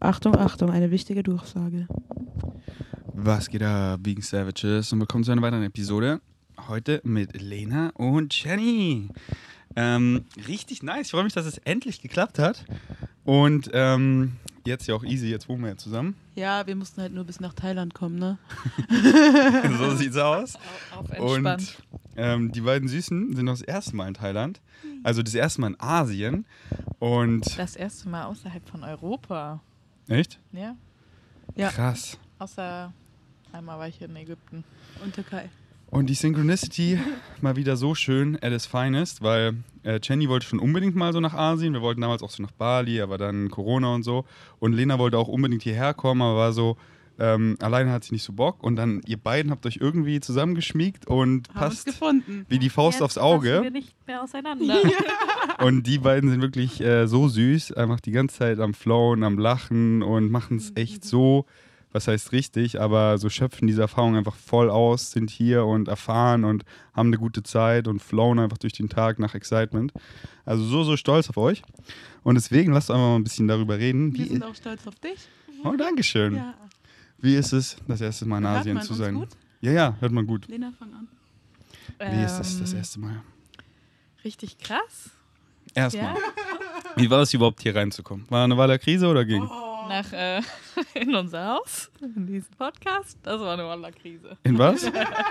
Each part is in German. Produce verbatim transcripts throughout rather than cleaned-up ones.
Achtung, Achtung, eine wichtige Durchsage. Was geht ab, Vegan Savages? Und willkommen zu einer weiteren Episode. Heute mit Lena und Jenny. Ähm, richtig nice. Ich freue mich, dass es endlich geklappt hat. Und ähm, jetzt ja auch easy, jetzt wohnen wir ja zusammen. Ja, wir mussten halt nur bis nach Thailand kommen, ne? So sieht's aus. Auf entspannt. Und ähm, die beiden Süßen sind noch das erste Mal in Thailand. Also das erste Mal in Asien. Und Das erste Mal außerhalb von Europa. echt? Ja. Ja. Krass. Außer einmal war ich in Ägypten. Und Türkei. Und die Synchronicity mal wieder so schön at its finest, weil äh, Jenny wollte schon unbedingt mal so nach Asien. Wir wollten damals auch so nach Bali, aber dann Corona und so. Und Lena wollte auch unbedingt hierher kommen, aber war so, ähm, alleine hat sie nicht so Bock. Und dann ihr beiden habt euch irgendwie zusammengeschmiegt und Haben uns passt gefunden. wie die Faust Jetzt aufs Auge. passen wir nicht mehr auseinander. Und die beiden sind wirklich äh, so süß, einfach die ganze Zeit am Flowen, am Lachen und machen es echt so, was heißt richtig, aber so schöpfen diese Erfahrung einfach voll aus, sind hier und erfahren und haben eine gute Zeit und flowen einfach durch den Tag nach Excitement. Also so, so stolz auf euch. Und deswegen lasst einfach mal ein bisschen darüber reden. Wir Wie, sind auch stolz auf dich. oh, Dankeschön. Ja. Wie ist es, das erste Mal in Hört Asien man zu uns sein? gut? Ja, ja, hört man gut. Lena, fang an. Wie ist es, das Ähm, erste Mal? Richtig krass. Erstmal. Ja. Wie war es überhaupt hier reinzukommen? War eine Weile Krise oder ging? Nach äh, in unser Haus, in diesen Podcast. Das war eine Walla-Krise. In was?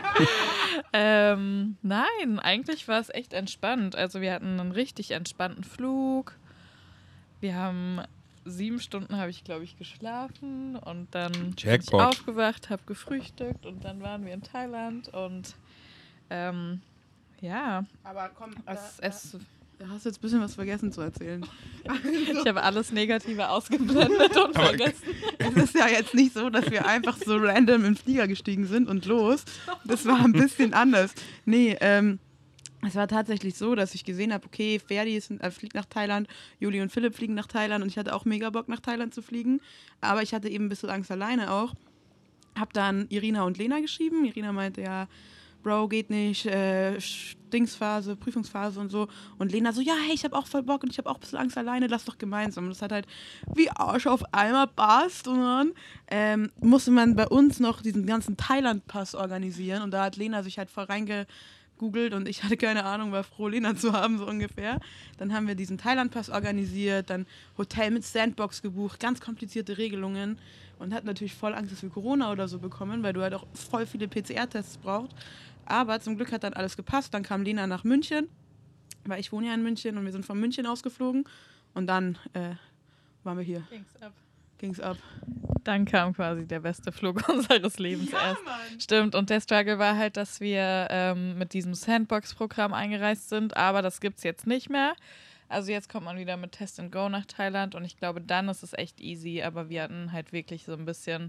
Ähm, nein, eigentlich war es echt entspannt. Also wir hatten einen richtig entspannten Flug. Wir haben sieben Stunden, habe ich glaube ich geschlafen und dann bin ich Jackpot. aufgewacht, habe gefrühstückt und dann waren wir in Thailand und ähm, ja, Aber komm, es, es, da hast du jetzt ein bisschen was vergessen zu erzählen. ich habe alles Negative ausgeblendet und Aber- vergessen. Es ist ja jetzt nicht so, dass wir einfach so random in den Flieger gestiegen sind und los. Das war ein bisschen anders. Nee, ähm, es war tatsächlich so, dass ich gesehen habe, okay, Ferdi ist, äh, fliegt nach Thailand, Juli und Philipp fliegen nach Thailand und ich hatte auch mega Bock nach Thailand zu fliegen. Aber ich hatte eben ein bisschen Angst alleine auch. Hab dann Irina und Lena geschrieben. Irina meinte, ja, Bro, geht nicht, äh, Dingsphase, Prüfungsphase und so. Und Lena so, ja, hey, ich habe auch voll Bock und ich habe auch ein bisschen Angst alleine, lass doch gemeinsam. Und das hat halt wie Arsch auf einmal passt. Und dann ähm, musste man bei uns noch diesen ganzen Thailand-Pass organisieren. Und da hat Lena sich halt voll reingegoogelt und ich hatte keine Ahnung, war froh, Lena zu haben, so ungefähr. Dann haben wir diesen Thailand-Pass organisiert, dann Hotel mit Sandbox gebucht, ganz komplizierte Regelungen. Und hat natürlich voll Angst, dass wir Corona oder so bekommen, weil du halt auch voll viele P C R-Tests brauchst. Aber zum Glück hat dann alles gepasst. Dann kam Lena nach München, weil ich wohne ja in München und wir sind von München ausgeflogen. Und dann äh, waren wir hier. Ging's ab. Dann kam quasi der beste Flug unseres Lebens erst. Stimmt, und der Struggle war halt, dass wir ähm, mit diesem Sandbox-Programm eingereist sind, aber das gibt's jetzt nicht mehr. Also jetzt kommt man wieder mit Test and Go nach Thailand und ich glaube, dann ist es echt easy, aber wir hatten halt wirklich so ein bisschen,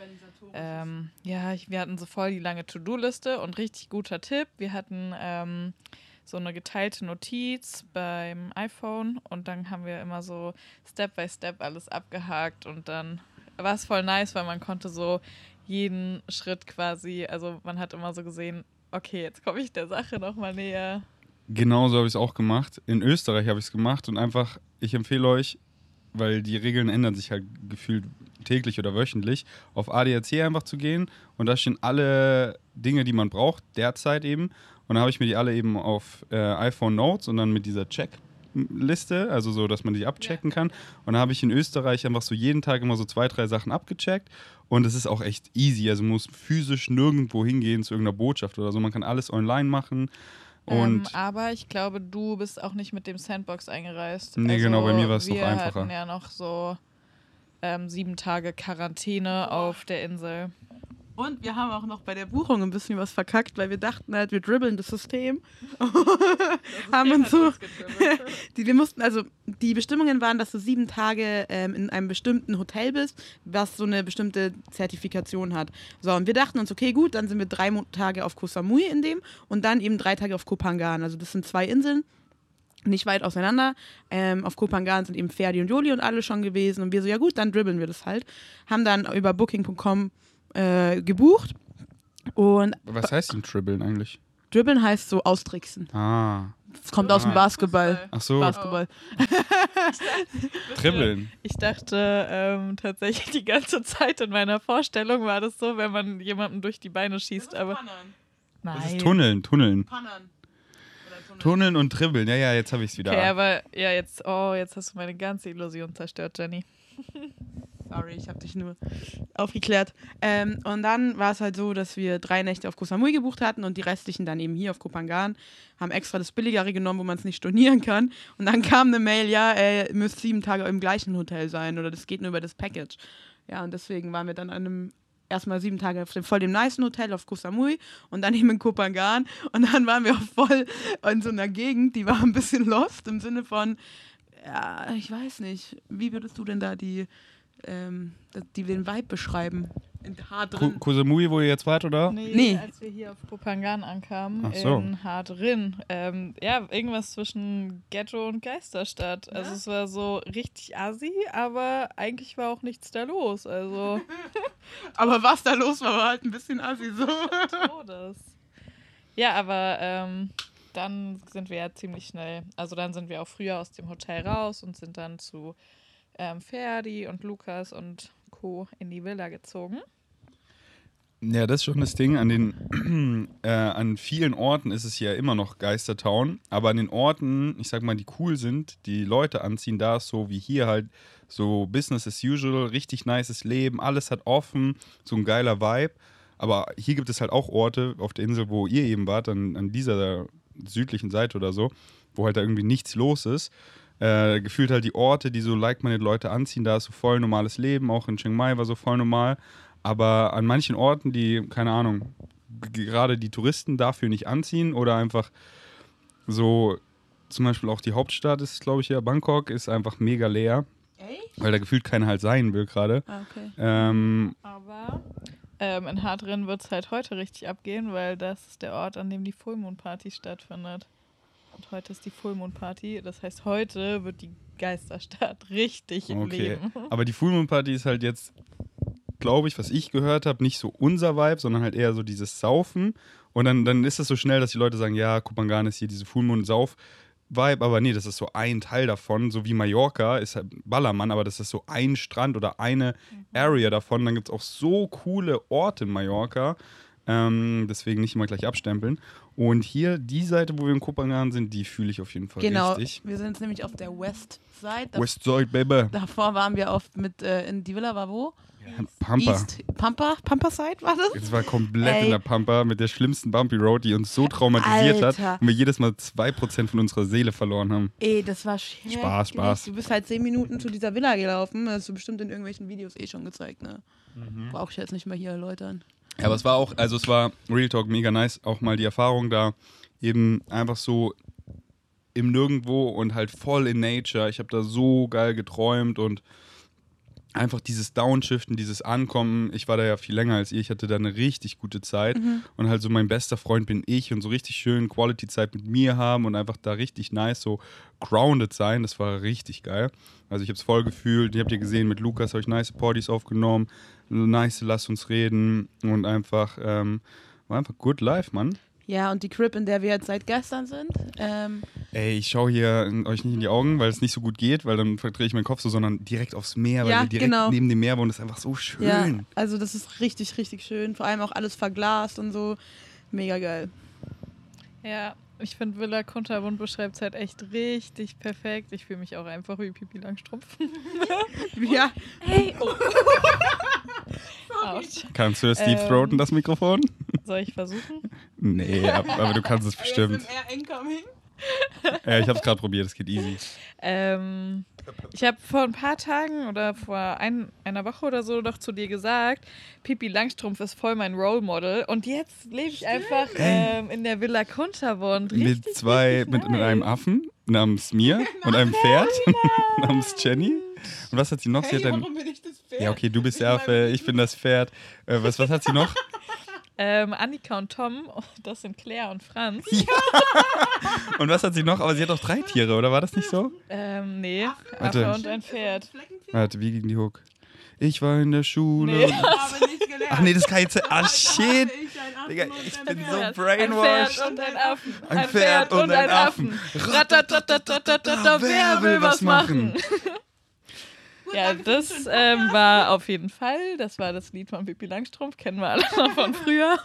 ähm, ja, ich, wir hatten so voll die lange To-Do-Liste und richtig guter Tipp. Wir hatten ähm, so eine geteilte Notiz beim iPhone und dann haben wir immer so Step by Step alles abgehakt und dann war es voll nice, weil man konnte so jeden Schritt quasi, also man hat immer so gesehen, okay, jetzt komme ich der Sache nochmal näher. Genau so habe ich es auch gemacht. In Österreich habe ich es gemacht und einfach, ich empfehle euch, weil die Regeln ändern sich halt gefühlt täglich oder wöchentlich, auf A D A C einfach zu gehen und da stehen alle Dinge, die man braucht, derzeit eben. Und da habe ich mir die alle eben auf äh, iPhone Notes und dann mit dieser Checkliste, also so, dass man die abchecken kann. Und da habe ich in Österreich einfach so jeden Tag immer so zwei, drei Sachen abgecheckt und es ist auch echt easy. Also man muss physisch nirgendwo hingehen zu irgendeiner Botschaft oder so. Man kann alles online machen. Und Ähm, aber ich glaube, du bist auch nicht mit dem Sandbox eingereist. Nee, genau, bei mir war es noch wir einfacher. hatten ja noch so ähm, sieben Tage Quarantäne auf der Insel. Und wir haben auch noch bei der Buchung ein bisschen was verkackt, weil wir dachten halt, wir dribbeln das System. haben uns so, die, wir mussten, also die Bestimmungen waren, dass du sieben Tage ähm, in einem bestimmten Hotel bist, was so eine bestimmte Zertifikation hat. So, und wir dachten uns, okay, gut, dann sind wir drei Mo- Tage auf Koh Samui in dem und dann eben drei Tage auf Koh Phangan. Also das sind zwei Inseln, nicht weit auseinander. Ähm, auf Koh Phangan sind eben Ferdi und Joli und alle schon gewesen. Und wir so, ja gut, dann dribbeln wir das halt. Haben dann über booking punkt com äh, gebucht. Und was heißt denn Dribbeln eigentlich? dribbeln heißt so austricksen. Ah. Das kommt aus dem Basketball. Ach so. Basketball. Dribbeln. Ich dachte ähm, tatsächlich die ganze Zeit in meiner Vorstellung war das so, wenn man jemandem durch die Beine schießt, aber nein. Das ist Tunneln, Tunneln. Pannern. Tunneln und Dribbeln. Ja, ja, jetzt habe ich es wieder. Okay, aber ja, jetzt, oh, jetzt hast du meine ganze Illusion zerstört, Jenny. Sorry, ich habe dich nur aufgeklärt. Ähm, und dann war es halt so, dass wir drei Nächte auf Koh Samui gebucht hatten und die restlichen dann eben hier auf Koh Phangan. Haben extra das Billigere genommen, wo man es nicht stornieren kann. Und dann kam eine Mail, ja, ihr müsst sieben Tage im gleichen Hotel sein oder das geht nur über das Package. Ja, und deswegen waren wir dann an einem erstmal sieben Tage auf dem voll dem nicen Hotel auf Koh Samui und dann eben in Koh Phangan. Und dann waren wir auch voll in so einer Gegend, die war ein bisschen lost im Sinne von, ja, ich weiß nicht, wie würdest du denn da die Ähm, die den Vibe beschreiben. In hart drin. Koh Samui, wo ihr jetzt wart, oder? Nee, Nee. als wir hier auf Koh Phangan ankamen, Ach so. in hart drin. Ähm, ja, irgendwas zwischen Ghetto und Geisterstadt. Ja? Also es war so richtig assi, aber eigentlich war auch nichts da los. Also Aber was da los war, war halt ein bisschen assi so. Todes. Ja, aber ähm, dann sind wir ja ziemlich schnell, also dann sind wir auch früher aus dem Hotel raus und sind dann zu ähm, Ferdi und Lukas und Co. in die Villa gezogen. Ja, das ist schon das Ding. An den äh, an vielen Orten ist es ja immer noch Geistertown, aber an den Orten, ich sag mal, die cool sind, die Leute anziehen, da ist so wie hier halt so Business as usual, richtig nices Leben, alles hat offen, so ein geiler Vibe. Aber hier gibt es halt auch Orte auf der Insel, wo ihr eben wart, an, an dieser südlichen Seite oder so, wo halt da irgendwie nichts los ist. Äh, gefühlt halt die Orte, die so like-minded Leute anziehen, da ist so voll normales Leben, auch in Chiang Mai war so voll normal. Aber an manchen Orten, die, keine Ahnung, g- gerade die Touristen dafür nicht anziehen oder einfach so, zum Beispiel auch die Hauptstadt ist, glaube ich, ja, Bangkok, ist einfach mega leer, Echt? weil da gefühlt keiner halt sein will gerade. Ah, okay. Ähm, Aber ähm, in Hardrin wird es halt heute richtig abgehen, weil das ist der Ort, an dem die Full Moon Party stattfindet. Und heute ist die Full Moon Party. Das heißt, heute wird die Geisterstadt richtig okay, leben. aber die Full Moon Party ist halt jetzt, glaube ich, was ich gehört habe, nicht so unser Vibe, sondern halt eher so dieses Saufen. Und dann, dann ist es so schnell, dass die Leute sagen, ja, Koh Phangan ist hier diese Full Moon Sauf Vibe, aber nee, das ist so ein Teil davon, so wie Mallorca ist halt Ballermann, aber das ist so ein Strand oder eine Area davon. Dann gibt es auch so coole Orte in Mallorca, ähm, deswegen nicht immer gleich abstempeln. Und hier, die Seite, wo wir in Koh Phangan sind, die fühle ich auf jeden Fall Genau, richtig. wir sind jetzt nämlich auf der West Side. Da- Westside, Baby. Davor waren wir oft mit, äh, in die Villa war wo? Pampa. East Pampa, Pampa Side war das? Es war komplett Ey. in der Pampa mit der schlimmsten Bumpy Road, die uns so traumatisiert Alter. hat und wir jedes Mal zwei Prozent von unserer Seele verloren haben. Ey, das war schrecklich. Spaß, Spaß. Du bist halt zehn Minuten zu dieser Villa gelaufen. Das hast du bestimmt in irgendwelchen Videos eh schon gezeigt, ne? Mhm. Brauche ich jetzt nicht mehr hier erläutern. Ja, aber es war auch, also es war Real Talk mega nice, auch mal die Erfahrung da, eben einfach so im Nirgendwo und halt voll in Nature. Ich habe da so geil geträumt und einfach dieses Downshiften, dieses Ankommen. Ich war da ja viel länger als ihr, ich hatte da eine richtig gute Zeit und halt so mein bester Freund bin ich und so richtig schön Quality-Zeit mit mir haben und einfach da richtig nice so grounded sein, das war richtig geil. Also ich habe es voll gefühlt, ihr habt ja gesehen, mit Lukas habe ich nice Partys aufgenommen, nice Lass uns reden und einfach, ähm, war einfach good life, Mann. Ja, und die Crib, in der wir jetzt seit gestern sind. Ähm, Ey, ich schaue hier in, euch nicht in die Augen, weil es nicht so gut geht, weil dann verdrehe ich meinen Kopf so, sondern direkt aufs Meer, weil Ja, wir direkt genau. neben dem Meer wohnen. Das ist einfach so schön. ja, also das ist richtig, richtig schön. Vor allem auch alles verglast und so. Mega geil. Ja, ich finde Villa Kunterbund beschreibt es halt echt richtig perfekt. Ich fühle mich auch einfach wie Pipi Langstrumpf. Ja, Hey! Oh. Autsch. Kannst du das Deep Ähm. Throaten, das Mikrofon? Soll ich versuchen? Nee, ab- aber du kannst es bestimmt. incoming. Ja, ich habe es gerade probiert, es geht easy. Ähm, ich habe vor ein paar Tagen oder vor ein, einer Woche oder so doch zu dir gesagt, Pipi Langstrumpf ist voll mein Role Model. Und jetzt lebe ich einfach ähm, in der Villa Kunterbund. Richtig, Mit zwei, richtig mit, mit nice. einem Affen namens mir und einem Pferd namens Jenny. Und was hat sie noch? sie Hey, hat ein, warum bin ich das Pferd? ja, okay, du bist der Ich Affe, meine- ich bin das Pferd. Äh, was, was hat sie noch? Ähm, Annika und Tom, das sind Claire und Franz. Und was hat sie noch? Aber sie hat auch drei Tiere, oder war das nicht so? Ähm, nee, Warte. Affe und ein Pferd. Warte, wie ging die Hook? Ich war in der Schule. Nee. und- Aber nicht gelernt. Ach nee, das kann jetzt. Ah, shit. Ich Digga, ich bin so Ein brainwashed. Pferd und ein Affen. Ein Pferd und ein Affen. Ratatatatata, wer will was machen? Ja, das ähm, war auf jeden Fall, das war das Lied von Pippi Langstrumpf, kennen wir alle noch von früher.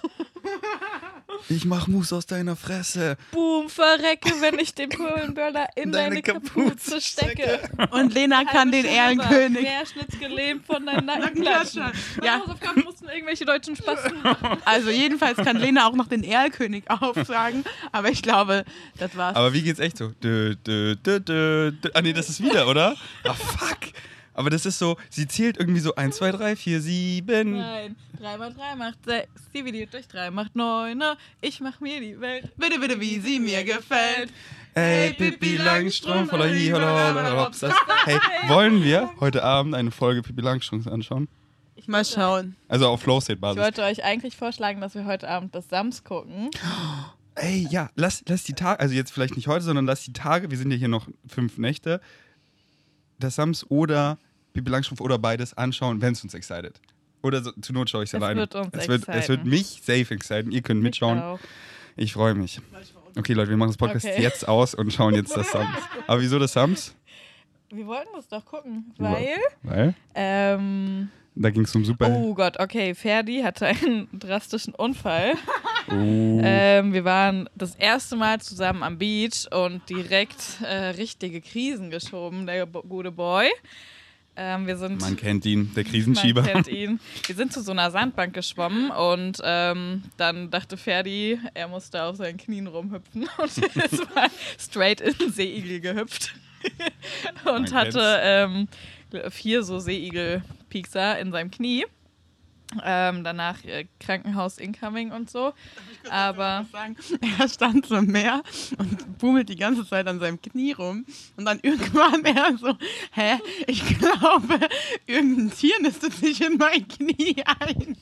Ich mach Mus aus deiner Fresse. Boom, verrecke, wenn ich den Polenböller in deine, deine Kapuze stecke. Und Lena kann den Erlenkönig. Querschnittsgelähmt von deinen Nackenklaschen. Ja. Hausaufgaben mussten irgendwelche deutschen Spasten machen. Also jedenfalls kann Lena auch noch den Erlkönig aufsagen, aber ich glaube, das war's. Aber wie geht's echt so? Dö, dö, dö, dö, dö. Ah nee, das ist wieder, oder? Ah fuck. Aber das ist so, sie zählt irgendwie so eins, zwei, drei, vier, sieben. Nein, drei mal drei macht sechs, dividiert durch drei macht neun. Ich mach mir die Welt, bitte, bitte, wie sie mir gefällt. Ey, Pippi Langstrumpf, holla hi, holla, holla, hops, das. Hey, wollen wir heute Abend eine Folge Pippi Langstrumpf anschauen? Ich mal schauen. Also auf Flow-State-Basis. Ich wollte euch eigentlich vorschlagen, dass wir heute Abend das Sams gucken. Ey, ja, lass, lass die Tage, also jetzt vielleicht nicht heute, sondern lass die Tage, wir sind ja hier noch fünf Nächte, das Sams oder Pippi Langstrumpf oder beides anschauen, wenn es uns excited. Oder so, zur Not schaue ich es alleine. Wird uns es, wird, es wird mich safe exciten. Ihr könnt mitschauen. Auch. Ich freue mich. Okay, Leute, wir machen das Podcast Okay. jetzt aus und schauen jetzt das Sams. Aber wieso das Sams? Wir wollten das doch gucken, weil... Weil? Ähm, Da ging es um Super... oh Gott, okay, Ferdi hatte einen drastischen Unfall. Oh. Ähm, wir waren das erste Mal zusammen am Beach und direkt äh, richtige Krisen geschoben, der bo- gute Boy. Ähm, wir sind, Man kennt ihn, der Krisenschieber. Man kennt ihn. Wir sind zu so einer Sandbank geschwommen und ähm, dann dachte Ferdi, er musste auf seinen Knien rumhüpfen und ist mal straight in den Seeigel gehüpft und Man hatte ähm, vier so Seeigel-Piekser in seinem Knie. Ähm, danach äh, Krankenhaus incoming und so. Aber Sagen, er stand so im Meer und bummelt die ganze Zeit an seinem Knie rum. Und dann irgendwann er so, hä, ich glaube, irgendein Tier nistet sich in mein Knie ein.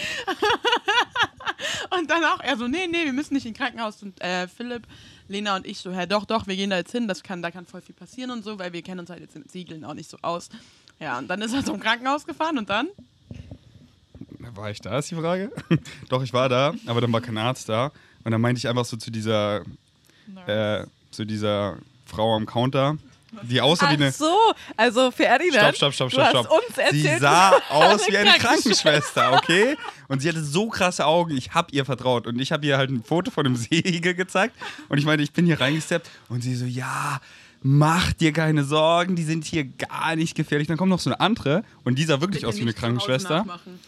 Und dann auch er so, nee, nee, wir müssen nicht ins Krankenhaus. Und äh, Philipp, Lena und ich so, hä, doch, doch, wir gehen da jetzt hin. Das kann, da kann voll viel passieren und so, weil wir kennen uns halt jetzt mit Siegeln auch nicht so aus. Ja, und dann ist er zum Krankenhaus gefahren und dann? War ich da, ist die Frage? Doch, ich war da, aber dann war kein Arzt da. Und dann meinte ich einfach so zu dieser, äh, zu dieser Frau am Counter, die aussah wie eine... Ach so, also Ferdinand, Stopp, stopp, stopp, du stopp, hast stopp. uns erzählt, Sie sah aus wie eine Krankenschwester. Krankenschwester, okay? Und sie hatte so krasse Augen, ich habe ihr vertraut. Und ich habe ihr halt ein Foto von einem Seeigel gezeigt. Und ich meinte, ich bin hier reingesteppt. Und sie so, ja... Mach dir keine Sorgen, die sind hier gar nicht gefährlich. Dann kommt noch so eine andere und die sah wirklich aus wie eine Krankenschwester.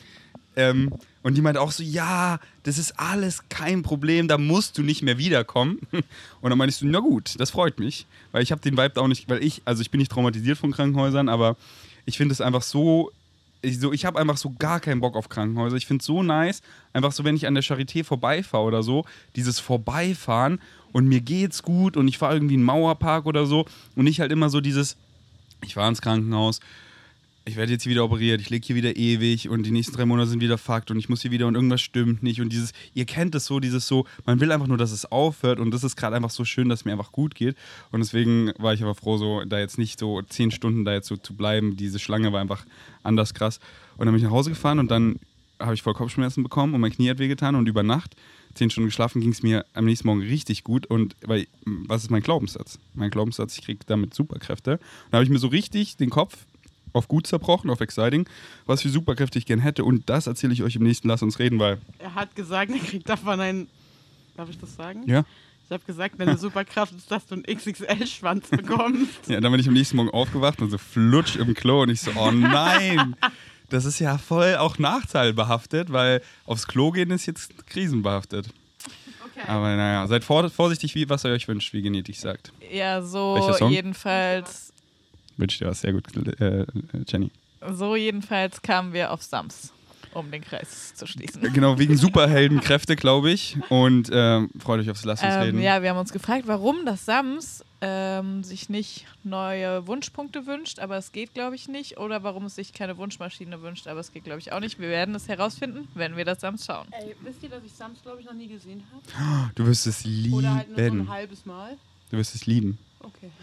Ähm, und die meint auch so, ja, das ist alles kein Problem, da musst du nicht mehr wiederkommen. Und dann meinte ich so, na gut, das freut mich, weil ich habe den Vibe auch nicht, weil ich, also ich bin nicht traumatisiert von Krankenhäusern, aber ich finde es einfach so, ich, so, ich habe einfach so gar keinen Bock auf Krankenhäuser. Ich finde es so nice, einfach so, wenn ich an der Charité vorbeifahre oder so, dieses Vorbeifahren und mir geht's gut und ich fahre irgendwie in einen Mauerpark oder so und nicht halt immer so dieses, ich fahre ins Krankenhaus, ich werde jetzt hier wieder operiert, ich lege hier wieder ewig und die nächsten drei Monate sind wieder Fakt und ich muss hier wieder und irgendwas stimmt nicht und dieses, ihr kennt es so, dieses so, man will einfach nur, dass es aufhört und das ist gerade einfach so schön, dass es mir einfach gut geht und deswegen war ich aber froh, so da jetzt nicht so zehn Stunden da jetzt so zu bleiben, diese Schlange war einfach anders krass und dann bin ich nach Hause gefahren und dann habe ich voll Kopfschmerzen bekommen und mein Knie hat wehgetan und über Nacht, zehn Stunden geschlafen, ging es mir am nächsten Morgen richtig gut und weil, was ist mein Glaubenssatz? Mein Glaubenssatz, ich kriege damit Superkräfte. Da habe ich mir so richtig den Kopf auf gut zerbrochen, auf exciting, was für Superkräfte ich gern hätte und das erzähle ich euch im nächsten Lass uns reden, weil... Er hat gesagt, er kriegt davon einen, darf ich das sagen? Ja? Ich habe gesagt, deine Superkraft ist, dass du einen X X L-Schwanz bekommst. Ja, dann bin ich am nächsten Morgen aufgewacht und so flutsch im Klo und ich so, oh nein! Das ist ja voll auch nachteilbehaftet, weil aufs Klo gehen ist jetzt krisenbehaftet. Okay. Aber naja, seid vor, vorsichtig, wie, was ihr euch wünscht, wie Genetik sagt. Ja, so Welcher Song? jedenfalls, Wünscht ihr was, sehr gut, äh, Jenny. so jedenfalls kamen wir auf Sams, um den Kreis zu schließen. Genau, wegen Superheldenkräfte, glaube ich. Und ähm, freut euch aufs Lass uns Ähm, reden. ja, wir haben uns gefragt, warum das Sams ähm, sich nicht neue Wunschpunkte wünscht, aber es geht, glaube ich, nicht. Oder warum es sich keine Wunschmaschine wünscht, aber es geht, glaube ich, auch nicht. Wir werden es herausfinden, wenn wir das Sams schauen. Ey, wisst ihr, dass ich Sams, glaube ich, noch nie gesehen habe? Du wirst es lieben. Oder halt nur so ein halbes Mal? Du wirst es lieben. Okay.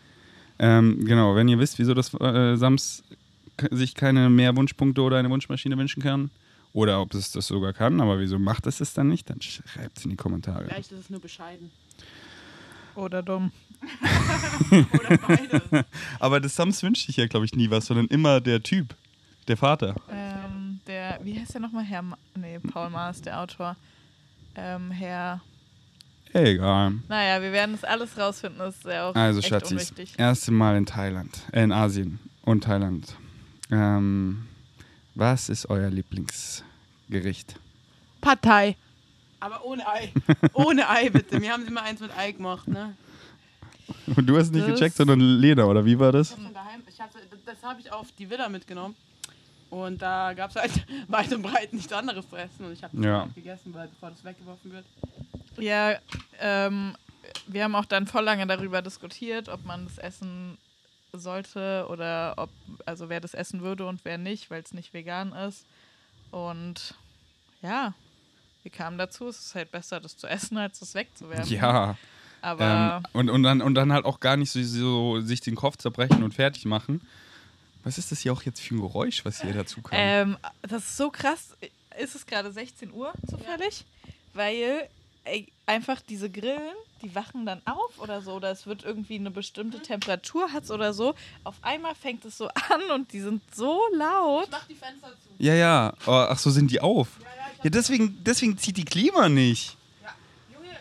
Ähm, genau, wenn ihr wisst, wieso das äh, Sams k- sich keine mehr Wunschpunkte oder eine Wunschmaschine wünschen kann Oder ob es das sogar kann, aber wieso macht es es dann nicht? Dann schreibt es in die Kommentare. Vielleicht ist es nur bescheiden. Oder dumm. Oder beides. Aber des Sams wünscht sich ja, glaube ich, nie was, sondern immer der Typ, der Vater. Ähm, der, wie heißt der nochmal? Herr, Ma- nee, Paul Maas, der Autor. Ähm, Herr, Egal. naja, wir werden das alles rausfinden, das ist ja auch Also, echt Schatzis, unwichtig. erste Mal in Thailand, äh, in Asien und Thailand. Ähm, was ist euer Lieblingsgericht? Partei. Aber ohne Ei. Ohne Ei, bitte. Wir haben immer eins mit Ei gemacht, ne? Und du hast nicht Das- gecheckt, sondern Lena, oder wie war das? Ich hab's von daheim, ich hab's, das habe ich auf die Villa mitgenommen. Und da gab es halt weit und breit nichts anderes zu essen. Und ich habe das Ja. halt gegessen, weil bevor das weggeworfen wird. Ja, ähm, wir haben auch dann voll lange darüber diskutiert, ob man das essen sollte oder ob, also wer das essen würde und wer nicht, weil es nicht vegan ist. Und ja, wir kamen dazu, es ist halt besser, das zu essen, als das wegzuwerfen. Ja. Aber Ähm, und, und, dann, und dann halt auch gar nicht so, so sich den Kopf zerbrechen und fertig machen. Was ist das hier auch jetzt für ein Geräusch, was hier dazu kam? ähm, das ist so krass. Ist es gerade sechzehn Uhr zufällig? Weil ey, einfach diese Grillen, die wachen dann auf oder so, oder es wird irgendwie eine bestimmte Temperatur hat's oder so. Auf einmal fängt es so an und die sind so laut. Mach die Fenster zu. Ja, ja. Oh, ach so, sind die auf? Ja, ja, ich hab Ja, deswegen, deswegen zieht die Klima nicht. Ja. Junge.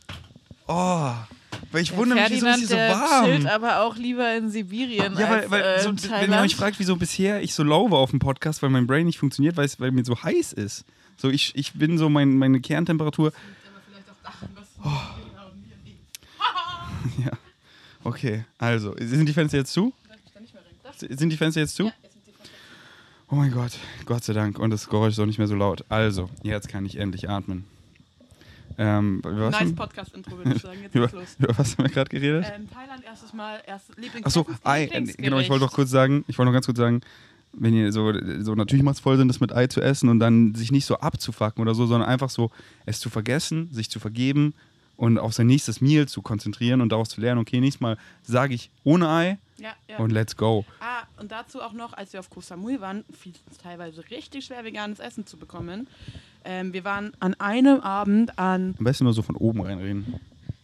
Oh, weil ich Der wundere mich, wieso ist Ferdinand, hier so der warm? chillt aber auch lieber in Sibirien Ja, weil, als weil äh, so, in wenn ihr Thailand. euch fragt, wieso bisher ich so lau war auf dem Podcast, weil mein Brain nicht funktioniert, weil es weil mir so heiß ist. So, ich, ich bin so, mein, meine Kerntemperatur. Aber vielleicht auch daran, dass genau wir nicht. Ja, okay. Also, sind die Fenster jetzt zu? Darf ich da nicht mehr rein? Darf? Sind die Fenster jetzt zu? Ja, jetzt sind die Fenster zu. Oh mein Gott, Gott sei Dank. Und das Geräusch ist auch nicht mehr so laut. Also, jetzt kann ich endlich atmen. Ähm, über was, Nice haben, Podcast-Intro, würde ich sagen. Jetzt über, geht's los. über was haben wir gerade geredet? Ähm, Thailand, erstes Mal, erstes Lieblings. Achso, Ei. Äh, genau, ich wollte noch kurz sagen, ich wollte noch ganz kurz sagen, wenn ihr so, so natürlich macht es voll Sinn, das mit Ei zu essen und dann sich nicht so abzufacken oder so, sondern einfach so es zu vergessen, sich zu vergeben und auf sein nächstes Meal zu konzentrieren und daraus zu lernen, okay, nächstes Mal sage ich ohne Ei Ja, ja. und let's go. Ah, und dazu auch noch, als wir auf Koh Samui waren, fiel es uns teilweise richtig schwer, veganes Essen zu bekommen. Ähm, wir waren an einem Abend an Am besten nur so von oben reinreden.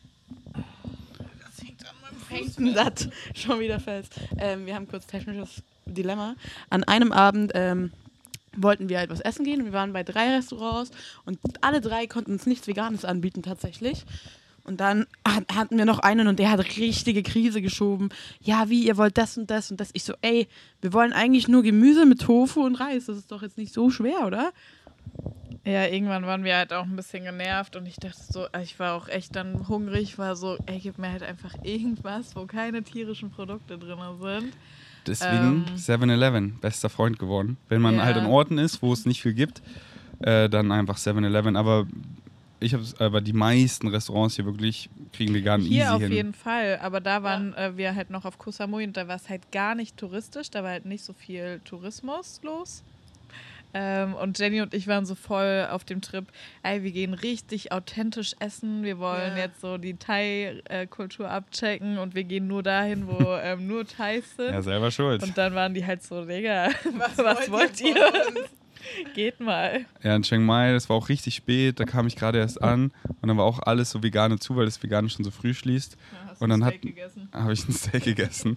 Hengsten satt schon wieder fest. Ähm, wir haben kurz technisches Dilemma. An einem Abend ähm, wollten wir halt was essen gehen und wir waren bei drei Restaurants und alle drei konnten uns nichts Veganes anbieten tatsächlich. Und dann hat, hatten wir noch einen und der hat richtige Krise geschoben. Ja, wie, ihr wollt das und das und das. Ich so, ey, wir wollen eigentlich nur Gemüse mit Tofu und Reis. Das ist doch jetzt nicht so schwer, oder? Ja, irgendwann waren wir halt auch ein bisschen genervt und ich dachte so, ich war auch echt dann hungrig, war so, ey, gib mir halt einfach irgendwas, wo keine tierischen Produkte drin sind. Deswegen Ähm. seven eleven, bester Freund geworden. Wenn man Ja. halt an Orten ist, wo es nicht viel gibt, äh, dann einfach seven eleven. Aber ich habe aber die meisten Restaurants hier wirklich kriegen vegan Hier easy auf hin. jeden Fall, aber da waren äh, wir halt noch auf Koh Samui und da war es halt gar nicht touristisch, da war halt nicht so viel Tourismus los. Ähm, und Jenny und ich waren so voll auf dem Trip, ey, wir gehen richtig authentisch essen, wir wollen Ja. jetzt so die Thai-Kultur abchecken und wir gehen nur dahin, wo ähm, nur Thais sind. Ja, selber schuld. Und dann waren die halt so, Digga, was, wollt wollt ihr ihr? von uns? Geht mal. Ja, in Chiang Mai, das war auch richtig spät, da kam ich gerade erst an und dann war auch alles so vegane zu, weil das Vegane schon so früh schließt. Ja, hast Und du dann Steak hat- gegessen? Habe ich ein Steak gegessen.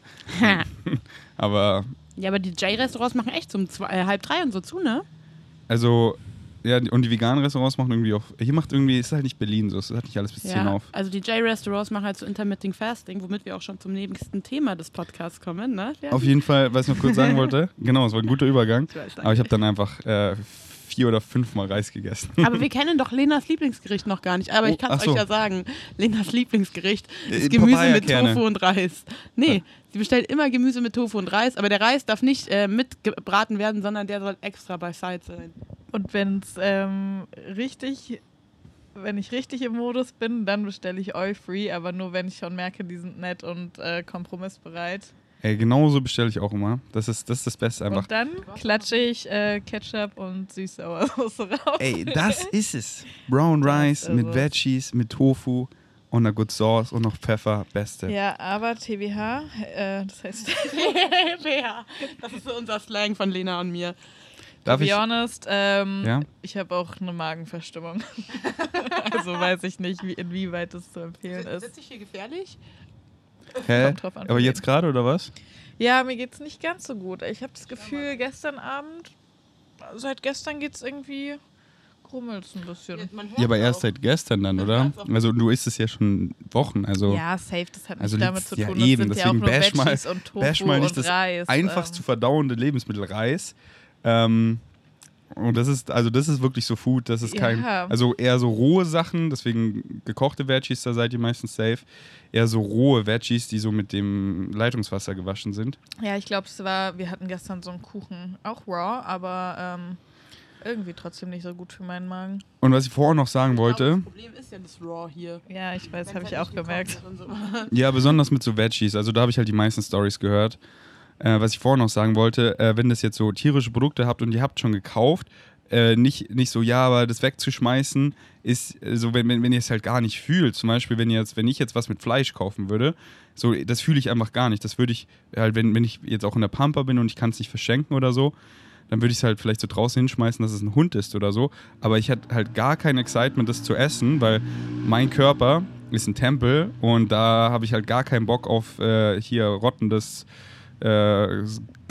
Aber, Ja, aber die J-Restaurants machen echt um zwei, äh, halb drei und so zu, ne? also, ja, die- und die veganen Restaurants machen irgendwie auch, hier macht irgendwie, ist halt nicht Berlin so, es hat nicht alles bis zehn auf. Also die J-Restaurants machen halt so Intermittent Fasting, womit wir auch schon zum nächsten Thema des Podcasts kommen, ne? Ja. Auf jeden Fall, was ich noch kurz sagen wollte, genau, es war ein guter Übergang, Ich weiß, danke. aber ich habe dann einfach äh, vier oder fünfmal Reis gegessen. Aber wir kennen doch Lenas Lieblingsgericht noch gar nicht. Aber ich Oh, kann ach es so. euch ja sagen. Lenas Lieblingsgericht Äh, ist Gemüse mit Papaya-Kerne. Tofu und Reis. Nee, sie bestellt immer Gemüse mit Tofu und Reis, aber der Reis darf nicht äh, mitgebraten werden, sondern der soll extra bei Side sein. Und wenn es ähm, richtig, wenn ich richtig im Modus bin, dann bestelle ich Oil Free, aber nur wenn ich schon merke, die sind nett und äh, kompromissbereit. Ey, genauso bestelle ich auch immer. Das ist das, ist das Beste einfach. Und dann klatsche ich äh, Ketchup und Süß-Sauersoße raus. Ey, das ist es. Brown Das Rice ist mit es. Veggies, mit Tofu und einer Good Sauce und noch Pfeffer. Beste. Ja, aber T W H, äh, das heißt, Ja, das ist so unser Slang von Lena und mir. Darf to be ich? honest, ähm, Ja? ich habe auch eine Magenverstimmung. Also weiß ich nicht, wie, inwieweit das zu empfehlen ist. Ist ich hier gefährlich? Hä? Kommt drauf an, Aber für jetzt wen. gerade oder was? Ja, mir geht's nicht ganz so gut. Ich habe das Gefühl, gestern Abend, seit gestern geht's irgendwie, krummelt's ein bisschen. Ja, aber erst seit gestern dann, oder? Also du isst es ja schon Wochen, also Ja, safe, das hat also nicht damit liegt's- zu ja tun. eben, das sind ja auch deswegen nur bash mal- Veggies und Tofu bash mal nicht und das Reis. einfachst zu ähm, verdauende Lebensmittel Reis. Ähm, und das ist, also das ist wirklich so Food, das ist kein, Ja. also eher so rohe Sachen, deswegen gekochte Veggies, da seid ihr meistens safe. Eher so rohe Veggies, die so mit dem Leitungswasser gewaschen sind. Ja, ich glaube, es war, wir hatten gestern so einen Kuchen, auch raw, aber ähm, irgendwie trotzdem nicht so gut für meinen Magen. Und was ich vorher noch sagen wollte, Das Problem ist ja das Raw hier. Ja, ich weiß, habe Wenn's ich halt auch nicht gemerkt. gekocht wird und so. ja, besonders mit so Veggies, also da habe ich halt die meisten Stories gehört. Äh, was ich vorher noch sagen wollte, äh, wenn das jetzt so tierische Produkte habt und ihr habt schon gekauft, äh, nicht, nicht so, ja, aber das wegzuschmeißen ist äh, so, wenn, wenn, wenn ihr es halt gar nicht fühlt. Zum Beispiel, wenn, ihr jetzt, wenn ich jetzt was mit Fleisch kaufen würde, so, das fühle ich einfach gar nicht. Das würde ich halt, wenn, wenn ich jetzt auch in der Pampa bin und ich kann es nicht verschenken oder so, dann würde ich es halt vielleicht so draußen hinschmeißen, dass es ein Hund ist oder so. Aber ich hatte halt gar kein Excitement, das zu essen, weil mein Körper ist ein Tempel und da habe ich halt gar keinen Bock auf äh, hier rottendes äh,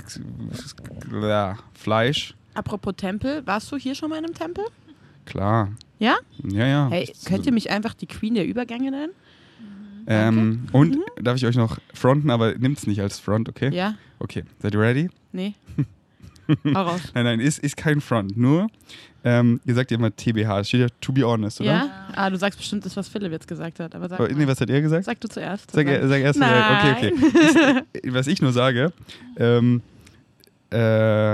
ja, Fleisch. Apropos Tempel, warst du hier schon mal in einem Tempel? Klar. Ja? Ja, ja. Hey, könnt ihr mich einfach die Queen der Übergänge nennen? ähm, und darf ich euch noch fronten, aber nimmt's nicht als Front, okay? Ja? Okay, seid ihr ready? Nee. Hau raus. Nein, nein, ist, ist kein Front. Nur, ähm, ihr sagt ja immer T B H, es steht ja to be honest, oder? Ja? Ah, du sagst bestimmt das, was Philipp jetzt gesagt hat. Aber sag, Aber, nee, mal. was hat er gesagt? Sag du zuerst. Sag, er- sag erst mal. Okay, Nein. okay. Ist, was ich nur sage, ähm, äh,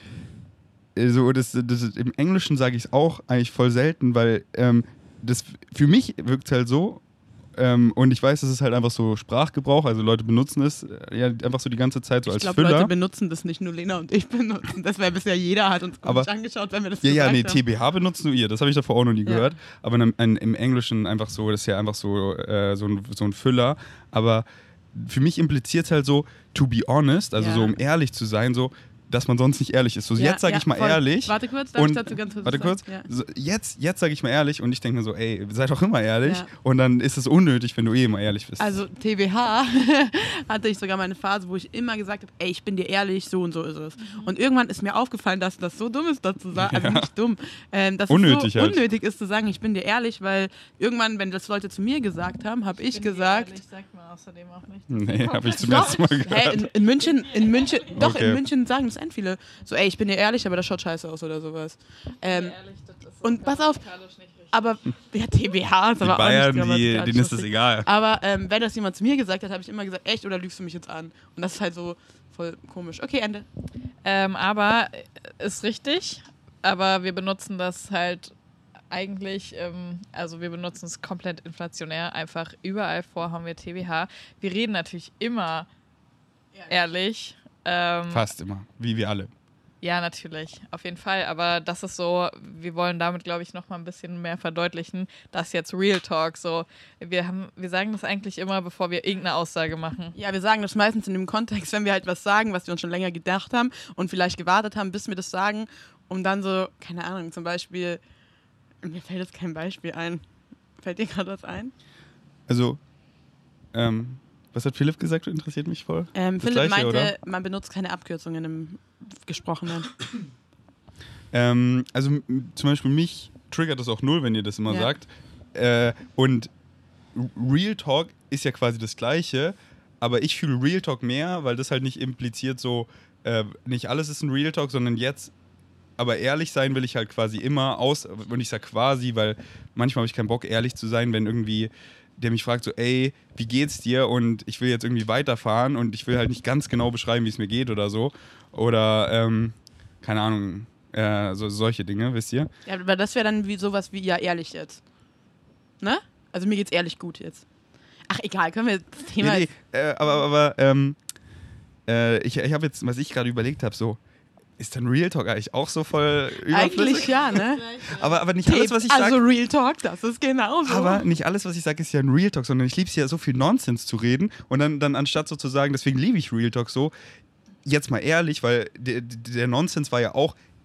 so, das, das, im Englischen sage ich es auch eigentlich voll selten, weil ähm, das für mich wirkt halt so, ähm, und ich weiß, das ist halt einfach so Sprachgebrauch, also Leute benutzen es äh, ja einfach so die ganze Zeit so Ich als glaube, Füller. Leute benutzen das nicht, nur Lena und ich benutzen. Das wäre bisher jeder, hat uns Aber- komisch angeschaut, wenn wir das Ja, ja, gesagt nee, haben. T B H benutzt nur ihr, das habe ich davor auch noch nie Ja. gehört. Aber in, in, im Englischen einfach so, das ist ja einfach so, äh, so, ein, so ein Füller. Aber für mich impliziert es halt so, to be honest, also Ja. so um ehrlich zu sein, so, dass man sonst nicht ehrlich ist. So, Ja, jetzt sage ja, ich mal voll. ehrlich. Warte kurz, darf und, ich dazu ganz kurz Warte was kurz. sagen? Ja. So, jetzt jetzt sage ich mal ehrlich und ich denke mir so, ey, sei doch immer ehrlich. Ja. Und dann ist es unnötig, wenn du eh immer ehrlich bist. Also T B H hatte ich sogar mal eine Phase, wo ich immer gesagt habe, ey, ich bin dir ehrlich, so und so ist es. Und irgendwann ist mir aufgefallen, dass das so dumm ist, das zu sagen. Also Ja. nicht dumm. Ähm, dass Unnötig es so halt. unnötig ist zu sagen, ich bin dir ehrlich, weil irgendwann, wenn das Leute zu mir gesagt haben, habe ich gesagt, Ich sag mal außerdem auch nicht. nee, habe ich zum Doch. ersten Mal gehört. Hey, in, in München, in München, doch, Okay. in München sagen das ein viele. So, ey, ich bin dir ehrlich, aber das schaut scheiße aus oder sowas. Ähm, und pass auf, aber, ja, T B H ist Die aber Bayern, auch nicht die, grammatikalisch denen ist das lustig. egal. Aber ähm, wenn das jemand zu mir gesagt hat, habe ich immer gesagt, echt oder lügst du mich jetzt an? Und das ist halt so voll komisch. Okay, Ende. Ähm, aber äh, ist richtig, aber wir benutzen das halt eigentlich, ähm, also wir benutzen es komplett inflationär, einfach überall vor haben wir T B H. Wir reden natürlich immer ehrlich. Ähm, Fast immer, wie wir alle. Ja, natürlich, auf jeden Fall. Aber das ist so, wir wollen damit, glaube ich, noch mal ein bisschen mehr verdeutlichen, dass jetzt Real Talk so, wir haben, wir sagen das eigentlich immer, bevor wir irgendeine Aussage machen. Ja, wir sagen das meistens in dem Kontext, wenn wir halt was sagen, was wir uns schon länger gedacht haben und vielleicht gewartet haben, bis wir das sagen, um dann so, keine Ahnung, zum Beispiel, mir fällt jetzt kein Beispiel ein. Fällt dir gerade was ein? Also, ähm, was hat Philipp gesagt? Interessiert mich voll. Ähm, Das Philipp Gleiche, meinte, oder? man benutzt keine Abkürzungen im Gesprochenen. Ähm, also m- zum Beispiel mich triggert das auch null, wenn ihr das immer Ja. sagt. Äh, und R- Real Talk ist ja quasi das Gleiche, aber ich fühle Real Talk mehr, weil das halt nicht impliziert so, äh, nicht alles ist ein Real Talk, sondern jetzt, aber ehrlich sein will ich halt quasi immer aus, und ich sag quasi, weil manchmal habe ich keinen Bock, ehrlich zu sein, wenn irgendwie der mich fragt so, ey, wie geht's dir? Und ich will jetzt irgendwie weiterfahren und ich will halt nicht ganz genau beschreiben, wie es mir geht oder so. Oder, ähm, keine Ahnung, äh, so, solche Dinge, wisst ihr? Ja, aber das wäre dann wie sowas wie, ja, ehrlich jetzt. Ne? Also mir geht's ehrlich gut jetzt. Ach, egal, können wir das Thema Nee, jetzt... nee, äh, aber aber ähm, äh, ich, ich habe jetzt, was ich gerade überlegt habe, so, ist dann Real Talk eigentlich auch so voll überflüssig? Eigentlich ja, ne? Aber, aber nicht alles, was ich also sage. Real Talk, das ist genauso. Aber nicht alles, was ich sage, ist ja ein Real Talk, sondern ich liebe es ja, so viel Nonsens zu reden. Und dann, dann anstatt so zu sagen, deswegen liebe ich Real Talk so, jetzt mal ehrlich, weil der, der Nonsens war ja auch,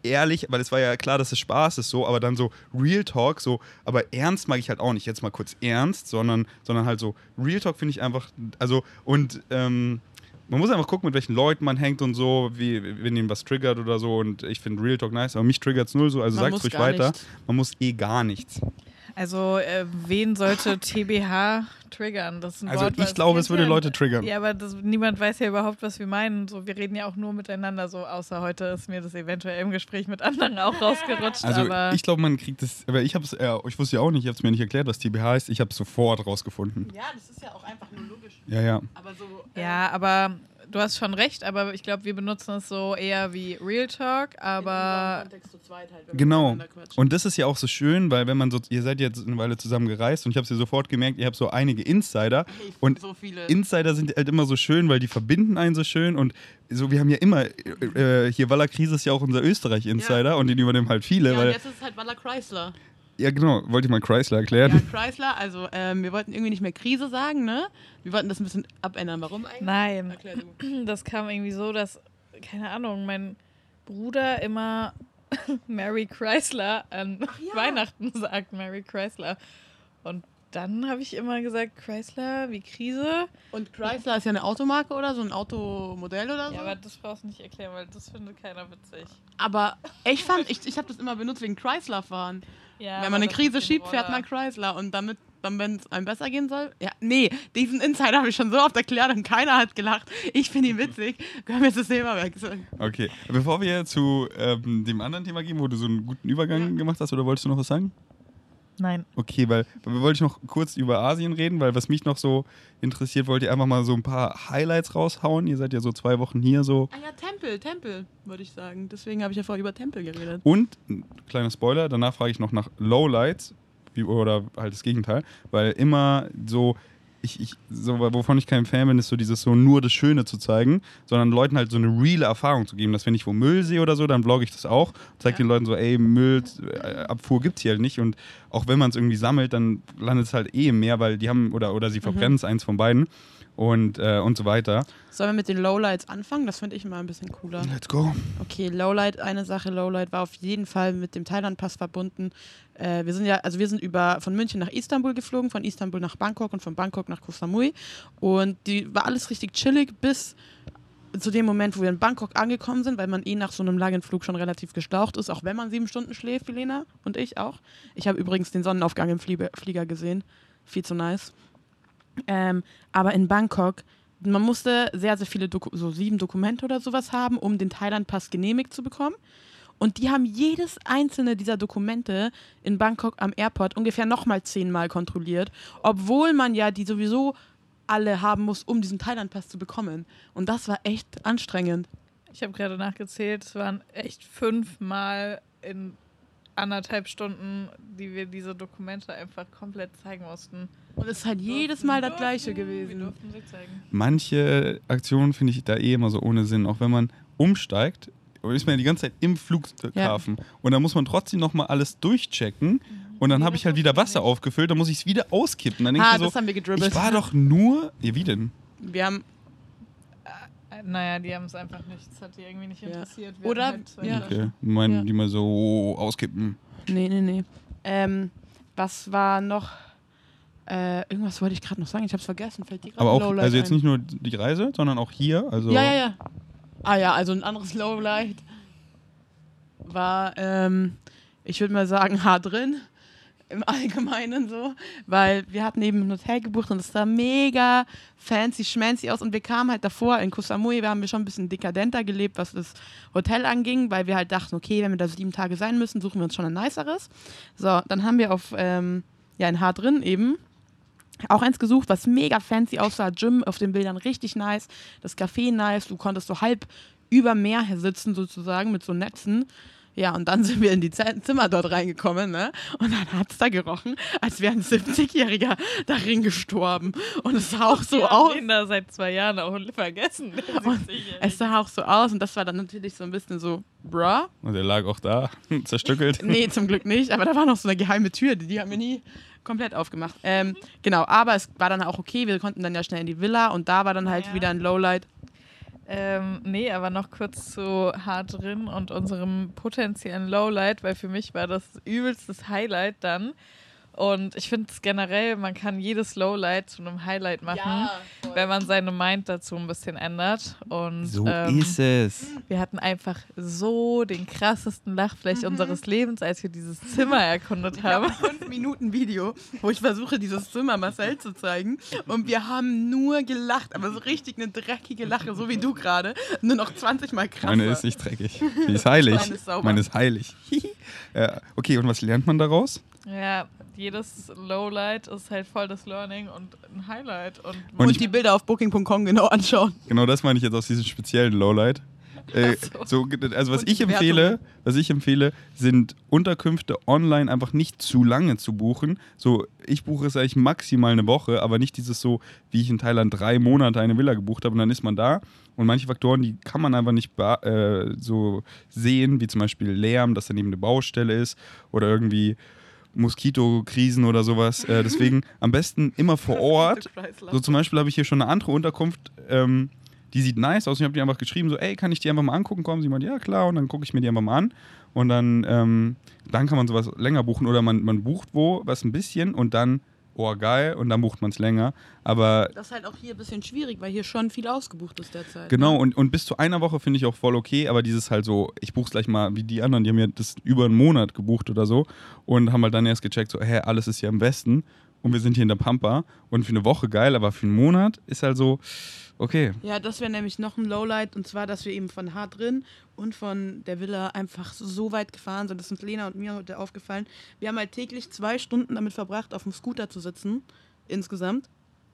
ehrlich, weil es war ja klar, dass es Spaß ist, so, aber dann so Real Talk, so, aber ernst mag ich halt auch nicht, jetzt mal kurz ernst, sondern, sondern halt so Real Talk finde ich einfach, also, und, ähm, man muss einfach gucken, mit welchen Leuten man hängt und so, wie, wenn ihnen was triggert oder so. Und ich finde Real Talk nice, aber mich triggert es null so, also sag's ruhig weiter. Nichts. Man muss eh gar nichts. Also, äh, wen sollte T B H triggern? Das ist ein also Wort, ich glaube, es würde Leute triggern. Ja, aber das, niemand weiß ja überhaupt, was wir meinen. So, wir reden ja auch nur miteinander, so außer heute ist mir das eventuell im Gespräch mit anderen auch rausgerutscht. Also aber ich glaube, man kriegt das, aber ich habe es, äh, ich wusste ja auch nicht, ich habe es mir nicht erklärt, was T B H ist. Ich habe es sofort rausgefunden. Ja, das ist ja auch einfach nur logisch. Ja, ja. Aber so, äh, ja, aber du hast schon recht, aber ich glaube, wir benutzen es so eher wie Real Talk, aber... In Kontext zu zweit halt, wenn genau. Und das ist ja auch so schön, weil wenn man so, ihr seid jetzt eine Weile zusammen gereist und ich habe es ja sofort gemerkt, ihr habt so einige Insider hey, und so viele. Insider sind halt immer so schön, weil die verbinden einen so schön und so, wir haben ja immer, äh, hier Walla Krise ist ja auch unser Österreich-Insider ja. und den übernehmen halt viele. Ja, weil, und jetzt ist es halt Walla Chrysler. Ja, genau. Wollte ich mal Chrysler erklären? Ja, Chrysler, also ähm, wir wollten irgendwie nicht mehr Krise sagen, ne? Wir wollten das ein bisschen abändern. Warum eigentlich? Nein, Erklär du. Das kam irgendwie so, dass, keine Ahnung, mein Bruder immer Merry Chrysler an ja. Weihnachten sagt, Merry Chrysler. Und dann habe ich immer gesagt, Chrysler wie Krise. Und Chrysler ist ja eine Automarke oder so, ein Automodell oder so? Ja, aber das brauchst du nicht erklären, weil das findet keiner witzig. Aber ich fand, ich, ich habe das immer benutzt wegen Chrysler fahren. Ja, wenn man eine Krise schiebt, fährt man Chrysler. Und damit, dann, wenn es einem besser gehen soll. Ja, nee, diesen Insider habe ich schon so oft erklärt und keiner hat gelacht. Ich finde ihn witzig. Können wir jetzt das Thema wechseln? Okay, bevor wir zu ähm, dem anderen Thema gehen, wo du so einen guten Übergang ja. gemacht hast, oder wolltest du noch was sagen? Nein. Okay, weil wir wollten noch kurz über Asien reden, weil was mich noch so interessiert, wollt ihr einfach mal so ein paar Highlights raushauen. Ihr seid ja so zwei Wochen hier so. Ah ja, Tempel, Tempel, würde ich sagen. Deswegen habe ich ja vorher über Tempel geredet. Und, kleiner Spoiler, danach frage ich noch nach Lowlights, wie, oder halt das Gegenteil, weil immer so, ich, ich, so, wovon ich kein Fan bin, ist so dieses so nur das Schöne zu zeigen, sondern Leuten halt so eine reale Erfahrung zu geben, dass wenn ich wo Müll sehe oder so, dann vlogge ich das auch, zeige ja. den Leuten so, ey, Müllabfuhr gibt's hier halt nicht und auch wenn man es irgendwie sammelt, dann landet es halt eh im Meer, weil die haben, oder, oder sie verbrennen es, mhm. eins von beiden und, äh, und so weiter. Sollen wir mit den Lowlights anfangen? Das finde ich mal ein bisschen cooler. Let's go. Okay, Lowlight, eine Sache, Lowlight war auf jeden Fall mit dem Thailand-Pass verbunden. Äh, wir sind ja, also wir sind über von München nach Istanbul geflogen, von Istanbul nach Bangkok und von Bangkok nach Koh Samui. Und die war alles richtig chillig bis zu dem Moment, wo wir in Bangkok angekommen sind, weil man eh nach so einem langen Flug schon relativ gestaucht ist, auch wenn man sieben Stunden schläft, wie Lena und ich auch. Ich habe übrigens den Sonnenaufgang im Flie- Flieger gesehen. Viel zu nice. Ähm, aber in Bangkok, man musste sehr, sehr viele, Doku- so sieben Dokumente oder sowas haben, um den Thailand-Pass genehmigt zu bekommen. Und die haben jedes einzelne dieser Dokumente in Bangkok am Airport ungefähr nochmal zehnmal kontrolliert, obwohl man ja die sowieso alle haben muss, um diesen Thailand-Pass zu bekommen. Und das war echt anstrengend. Ich habe gerade nachgezählt, es waren echt fünfmal in anderthalb Stunden, die wir diese Dokumente einfach komplett zeigen mussten. Und es ist halt jedes Mal das Gleiche gewesen. Wir durften sie zeigen. Manche Aktionen finde ich da eh immer so ohne Sinn, auch wenn man umsteigt, ist man ja die ganze Zeit im Flughafen ja. und dann muss man trotzdem nochmal alles durchchecken und dann nee, habe ich halt wieder Wasser nicht. aufgefüllt, dann muss ich es wieder auskippen. Dann ah, ich so, das haben wir gedribbelt. Ich war doch nur... Ja, wie denn? Wir haben... Äh, naja, die haben es einfach nicht, das hat die irgendwie nicht interessiert. Ja. Oder... Halt ja. Okay, meinen ja. die mal so auskippen. Nee, nee, nee. Ähm, was war noch... Äh, irgendwas wollte ich gerade noch sagen, ich habe es vergessen. Fällt die Aber auch, Lowlight also jetzt ein. nicht nur die Reise, sondern auch hier. Also ja, ja, ja. Ah ja, also ein anderes Lowlight war, ähm, ich würde mal sagen, hart drin. Im Allgemeinen so. Weil wir hatten eben ein Hotel gebucht und es sah mega fancy, schmancy aus. Und wir kamen halt davor in Koh Samui, wir haben wir schon ein bisschen dekadenter gelebt, was das Hotel anging, weil wir halt dachten, okay, wenn wir da sieben Tage sein müssen, suchen wir uns schon ein niceres. So, dann haben wir auf, ähm, ja, in hart drin eben auch eins gesucht, was mega fancy aussah. Gym auf den Bildern richtig nice. Das Café nice. Du konntest so halb über Meer sitzen sozusagen mit so Netzen. Ja, und dann sind wir in die Z- Zimmer dort reingekommen, ne? Und dann hat es da gerochen, als wäre ein siebzigjähriger darin gestorben. Und es sah auch so Wir aus. haben ihn da seit zwei Jahren auch vergessen. Und es sah auch so aus und das war dann natürlich so ein bisschen so, bruh. Und er lag auch da, zerstückelt. Nee, zum Glück nicht, aber da war noch so eine geheime Tür, die, die haben wir nie komplett aufgemacht. Ähm, genau, aber es war dann auch okay, wir konnten dann ja schnell in die Villa und da war dann halt ja. wieder ein Lowlight. Ähm, nee, aber noch kurz zu Hart drin und unserem potenziellen Lowlight, weil für mich war das übelstes Highlight dann. Und ich finde es generell, man kann jedes Lowlight zu einem Highlight machen, ja, wenn man seine Mind dazu ein bisschen ändert. Und, so ähm, ist es. Wir hatten einfach so den krassesten Lachflash mhm. unseres Lebens, als wir dieses Zimmer erkundet ich haben. Ich habe ein fünf Minuten Video, wo ich versuche, dieses Zimmer Marcel zu zeigen. Und wir haben nur gelacht, aber so richtig eine dreckige Lache, so wie du gerade. Nur noch zwanzig Mal krasser. Meine ist nicht dreckig. Die ist heilig. Meine ist sauber. Meine ist heilig. Ja, okay, und was lernt man daraus? Ja, jedes Lowlight ist halt voll das Learning und ein Highlight. Und, und, und die Bilder auf booking punkt com genau anschauen. Genau das meine ich jetzt aus diesem speziellen Lowlight. Äh, so. So, also was ich empfehle, was ich empfehle, sind Unterkünfte online einfach nicht zu lange zu buchen. So, ich buche es eigentlich maximal eine Woche, aber nicht dieses so, wie ich in Thailand drei Monate eine Villa gebucht habe und dann ist man da. Und manche Faktoren, die kann man einfach nicht äh, so sehen, wie zum Beispiel Lärm, dass daneben eine Baustelle ist oder irgendwie Moskitokrisen oder sowas. Äh, deswegen am besten immer vor Ort. So zum Beispiel habe ich hier schon eine andere Unterkunft, ähm, die sieht nice aus. Ich habe die einfach geschrieben, so, ey, kann ich die einfach mal angucken? Kommen sie mal, ja klar. Und dann gucke ich mir die einfach mal an. Und dann, ähm, dann kann man sowas länger buchen. Oder man, man bucht wo was ein bisschen und dann, oh geil, und dann bucht man es länger. Aber das ist halt auch hier ein bisschen schwierig, weil hier schon viel ausgebucht ist derzeit. Genau, ne? und, und bis zu einer Woche finde ich auch voll okay, aber dieses halt so, ich buche es gleich mal wie die anderen, die haben ja das über einen Monat gebucht oder so und haben halt dann erst gecheckt, so, hä, alles ist ja im Westen und wir sind hier in der Pampa und für eine Woche geil, aber für einen Monat ist halt so, okay. Ja, das wäre nämlich noch ein Lowlight und zwar, dass wir eben von Hart drin und von der Villa einfach so weit gefahren sind. Das ist uns Lena und mir heute aufgefallen. Wir haben halt täglich zwei Stunden damit verbracht, auf dem Scooter zu sitzen, insgesamt.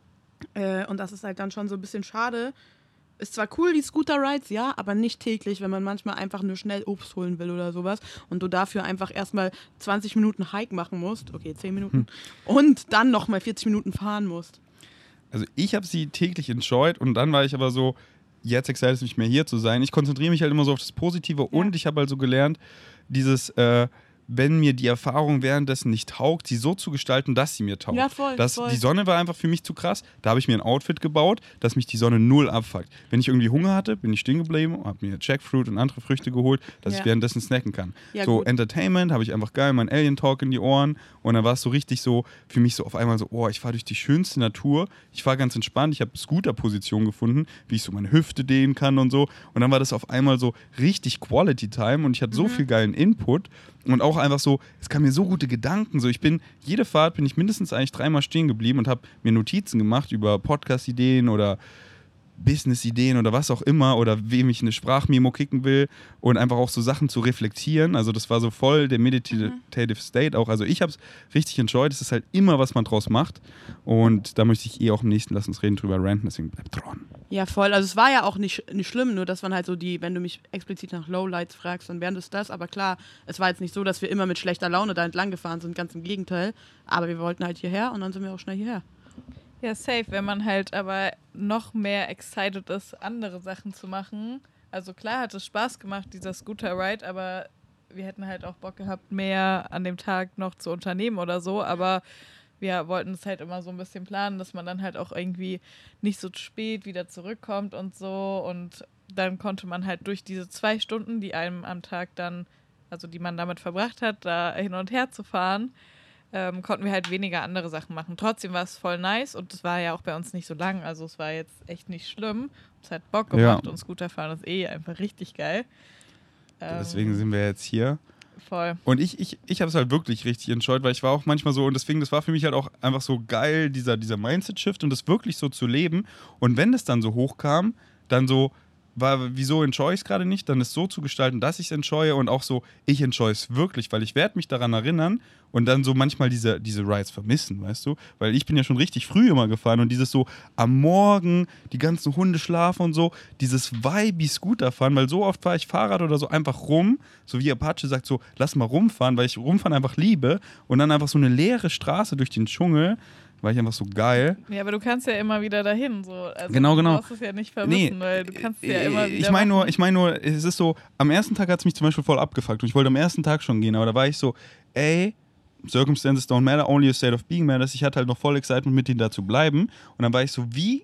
Äh, und das ist halt dann schon so ein bisschen schade. Ist zwar cool, die Scooter-Rides, ja, aber nicht täglich, wenn man manchmal einfach nur schnell Obst holen will oder sowas und du dafür einfach erstmal zwanzig Minuten Hike machen musst, okay, zehn Minuten, hm. und dann nochmal vierzig Minuten fahren musst. Also ich habe sie täglich enjoyed und dann war ich aber so, jetzt excited es mich mehr hier zu sein. Ich konzentriere mich halt immer so auf das Positive ja. und ich habe halt so gelernt, dieses, äh, wenn mir die Erfahrung währenddessen nicht taugt, sie so zu gestalten, dass sie mir taugt. Ja, voll, das, voll. Die Sonne war einfach für mich zu krass. Da habe ich mir ein Outfit gebaut, dass mich die Sonne null abfuckt. Wenn ich irgendwie Hunger hatte, bin ich stehen geblieben und habe mir Jackfruit und andere Früchte geholt, dass ja. ich währenddessen snacken kann. Ja, so gut. Entertainment habe ich einfach geil, mein Alien-Talk in die Ohren und dann war es so richtig so, für mich so auf einmal so, oh, ich fahre durch die schönste Natur, ich fahre ganz entspannt, ich habe Scooter-Position gefunden, wie ich so meine Hüfte dehnen kann und so und dann war das auf einmal so richtig Quality-Time und ich hatte so mhm. viel geilen Input und auch einfach so, es kamen mir so gute Gedanken. So, ich bin, jede Fahrt bin ich mindestens eigentlich dreimal stehen geblieben und habe mir Notizen gemacht über Podcast-Ideen oder Business-Ideen oder was auch immer oder wem ich eine Sprachmemo kicken will und einfach auch so Sachen zu reflektieren. Also das war so voll der Meditative mhm. State auch. Also ich habe es richtig enjoyed. Es ist halt immer, was man draus macht und da möchte ich eh auch im nächsten Lass uns reden drüber ranten, deswegen bleibt dran. Ja, voll. Also es war ja auch nicht, nicht schlimm, nur das waren halt so die, wenn du mich explizit nach Lowlights fragst, dann wären das das. Aber klar, es war jetzt nicht so, dass wir immer mit schlechter Laune da entlang gefahren sind, ganz im Gegenteil. Aber wir wollten halt hierher und dann sind wir auch schnell hierher. Ja, safe, wenn man halt aber noch mehr excited ist, andere Sachen zu machen. Also klar hat es Spaß gemacht, dieser Scooter-Ride, aber wir hätten halt auch Bock gehabt, mehr an dem Tag noch zu unternehmen oder so, aber wir wollten es halt immer so ein bisschen planen, dass man dann halt auch irgendwie nicht so spät wieder zurückkommt und so und dann konnte man halt durch diese zwei Stunden, die einem am Tag dann, also die man damit verbracht hat, da hin und her zu fahren, Ähm, konnten wir halt weniger andere Sachen machen. Trotzdem war es voll nice und es war ja auch bei uns nicht so lang, also es war jetzt echt nicht schlimm. Es hat Bock gemacht ja. und Scooterfahren ist eh einfach richtig geil. Ähm, deswegen sind wir jetzt hier. Voll. Und ich, ich, ich habe es halt wirklich richtig enjoyed, weil ich war auch manchmal so und deswegen, das war für mich halt auch einfach so geil, dieser, dieser Mindset-Shift und das wirklich so zu leben. Und wenn das dann so hochkam, dann so war, wieso enjoy ich es gerade nicht, dann ist so zu gestalten, dass ich es enjoye und auch so, ich enjoy es wirklich, weil ich werde mich daran erinnern und dann so manchmal diese, diese Rides vermissen, weißt du, weil ich bin ja schon richtig früh immer gefahren und dieses so am Morgen, die ganzen Hunde schlafen und so, dieses Vibe Scooter fahren, weil so oft fahre ich Fahrrad oder so einfach rum, so wie Apache sagt so, lass mal rumfahren, weil ich rumfahren einfach liebe und dann einfach so eine leere Straße durch den Dschungel, war ich einfach so geil. Ja, aber du kannst ja immer wieder dahin. So. Also genau, genau. Du brauchst es ja nicht vermissen, nee, weil du kannst ja immer wieder ich meine nur, ich meine nur, es ist so, am ersten Tag hat es mich zum Beispiel voll abgefuckt und ich wollte am ersten Tag schon gehen, aber da war ich so, ey, Circumstances don't matter, only a state of being matters. Ich hatte halt noch voll Excitement mit denen da zu bleiben und dann war ich so, wie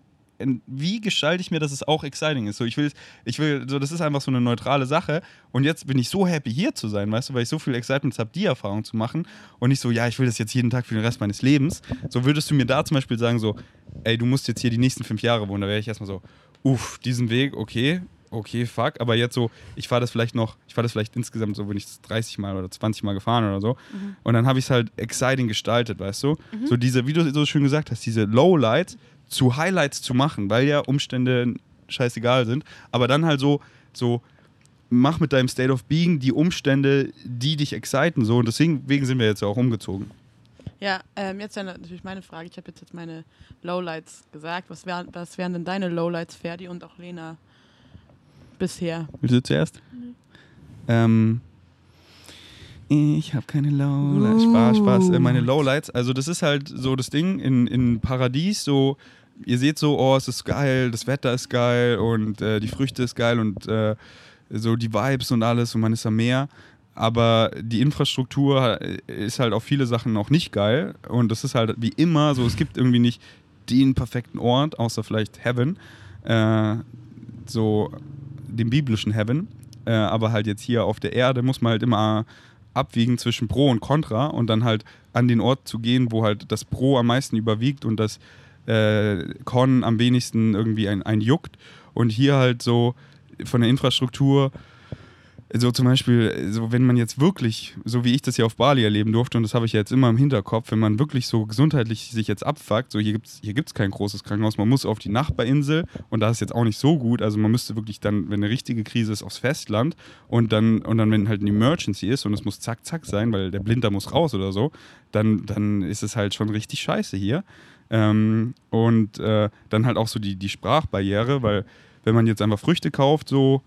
wie gestalte ich mir, dass es auch exciting ist? So, ich will, ich will, so, das ist einfach so eine neutrale Sache. Und jetzt bin ich so happy, hier zu sein, weißt du, weil ich so viel Excitement habe, die Erfahrung zu machen. Und nicht so, ja, ich will das jetzt jeden Tag für den Rest meines Lebens. So würdest du mir da zum Beispiel sagen, so, ey, du musst jetzt hier die nächsten fünf Jahre wohnen. Da wäre ich erstmal so, uff, diesen Weg, okay. Okay, fuck, aber jetzt so, ich fahre das vielleicht noch, ich fahre das vielleicht insgesamt so, wenn ich dreißig Mal oder zwanzig Mal gefahren oder so. Mhm. Und dann habe ich es halt exciting gestaltet, weißt du? Mhm. So diese, wie du so schön gesagt hast, diese Lowlights zu Highlights zu machen, weil ja Umstände scheißegal sind. Aber dann halt so, so, mach mit deinem State of Being die Umstände, die dich exciten, so. Und deswegen sind wir jetzt ja auch umgezogen. Ja, ähm, jetzt wäre natürlich meine Frage. Ich habe jetzt, jetzt meine Lowlights gesagt. Was, wär, was wären denn deine Lowlights, Ferdi und auch Lena? Bisher. Willst du zuerst? Mhm. Ähm, ich habe keine Lowlights. Uh. Spaß, Spaß. Äh, meine Lowlights, also das ist halt so das Ding in, in Paradies, so, ihr seht so, oh, es ist geil, das Wetter ist geil und äh, die Früchte ist geil und äh, so die Vibes und alles und man ist am Meer. Aber die Infrastruktur ist halt auf viele Sachen noch nicht geil und das ist halt wie immer so, es gibt irgendwie nicht den perfekten Ort, außer vielleicht Heaven, äh, so dem biblischen Heaven, äh, aber halt jetzt hier auf der Erde muss man halt immer abwiegen zwischen Pro und Contra und dann halt an den Ort zu gehen, wo halt das Pro am meisten überwiegt und das äh, Con am wenigsten irgendwie ein, ein juckt und hier halt so von der Infrastruktur so zum Beispiel, so wenn man jetzt wirklich, so wie ich das ja auf Bali erleben durfte und das habe ich ja jetzt immer im Hinterkopf, wenn man wirklich so gesundheitlich sich jetzt abfuckt, so hier gibt es hier gibt's kein großes Krankenhaus, man muss auf die Nachbarinsel und da ist jetzt auch nicht so gut, also man müsste wirklich dann, wenn eine richtige Krise ist, aufs Festland und dann, und dann wenn halt eine Emergency ist und es muss zack, zack sein, weil der Blinder muss raus oder so, dann, dann ist es halt schon richtig scheiße hier. Ähm, und äh, dann halt auch so die, die Sprachbarriere, weil wenn man jetzt einfach Früchte kauft, so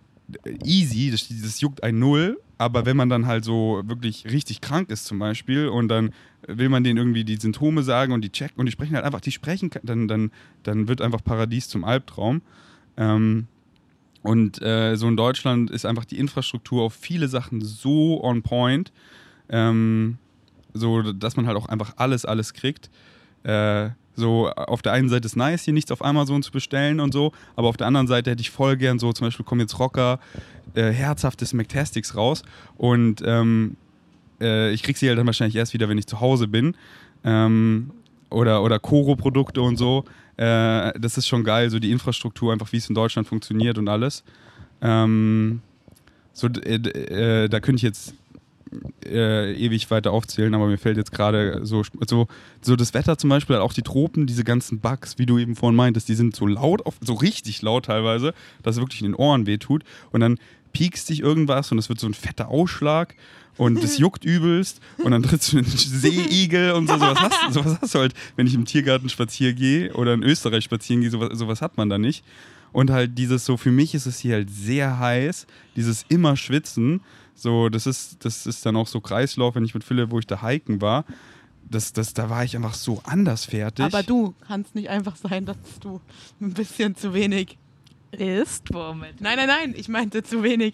easy, das, das juckt ein Null, aber wenn man dann halt so wirklich richtig krank ist zum Beispiel und dann will man denen irgendwie die Symptome sagen und die checken und die sprechen halt einfach, die sprechen, dann, dann, dann wird einfach Paradies zum Albtraum. Ähm, und äh, so in Deutschland ist einfach die Infrastruktur auf viele Sachen so on point, ähm, so dass man halt auch einfach alles, alles kriegt. Äh, So, auf der einen Seite ist nice, hier nichts auf Amazon zu bestellen und so, aber auf der anderen Seite hätte ich voll gern so, zum Beispiel kommen jetzt Rocker, äh, herzhaftes McTastics raus und ähm, äh, ich krieg sie halt dann wahrscheinlich erst wieder, wenn ich zu Hause bin. Ähm, oder, oder Koro-Produkte und so. Äh, das ist schon geil, so die Infrastruktur, einfach wie es in Deutschland funktioniert und alles. Ähm, so, äh, äh, da könnte ich jetzt Äh, ewig weiter aufzählen, aber mir fällt jetzt gerade so, so, so das Wetter zum Beispiel, auch die Tropen, diese ganzen Bugs, wie du eben vorhin meintest, die sind so laut, auf, so richtig laut teilweise, dass es wirklich in den Ohren wehtut und dann piekst dich irgendwas und es wird so ein fetter Ausschlag und es juckt übelst und dann trittst du einen Seeigel und so, sowas hast, sowas hast du halt, wenn ich im Tiergarten spazieren gehe oder in Österreich spazieren gehe, sowas, sowas hat man da nicht. Und halt dieses so, für mich ist es hier halt sehr heiß, dieses immer Schwitzen. So, das ist, das ist dann auch so Kreislauf, wenn ich mit Philipp, wo ich da hiken war, das, das, da war ich einfach so anders fertig. Aber du kannst nicht einfach sein, dass du ein bisschen zu wenig isst, womit? Nein, nein, nein, ich meinte zu wenig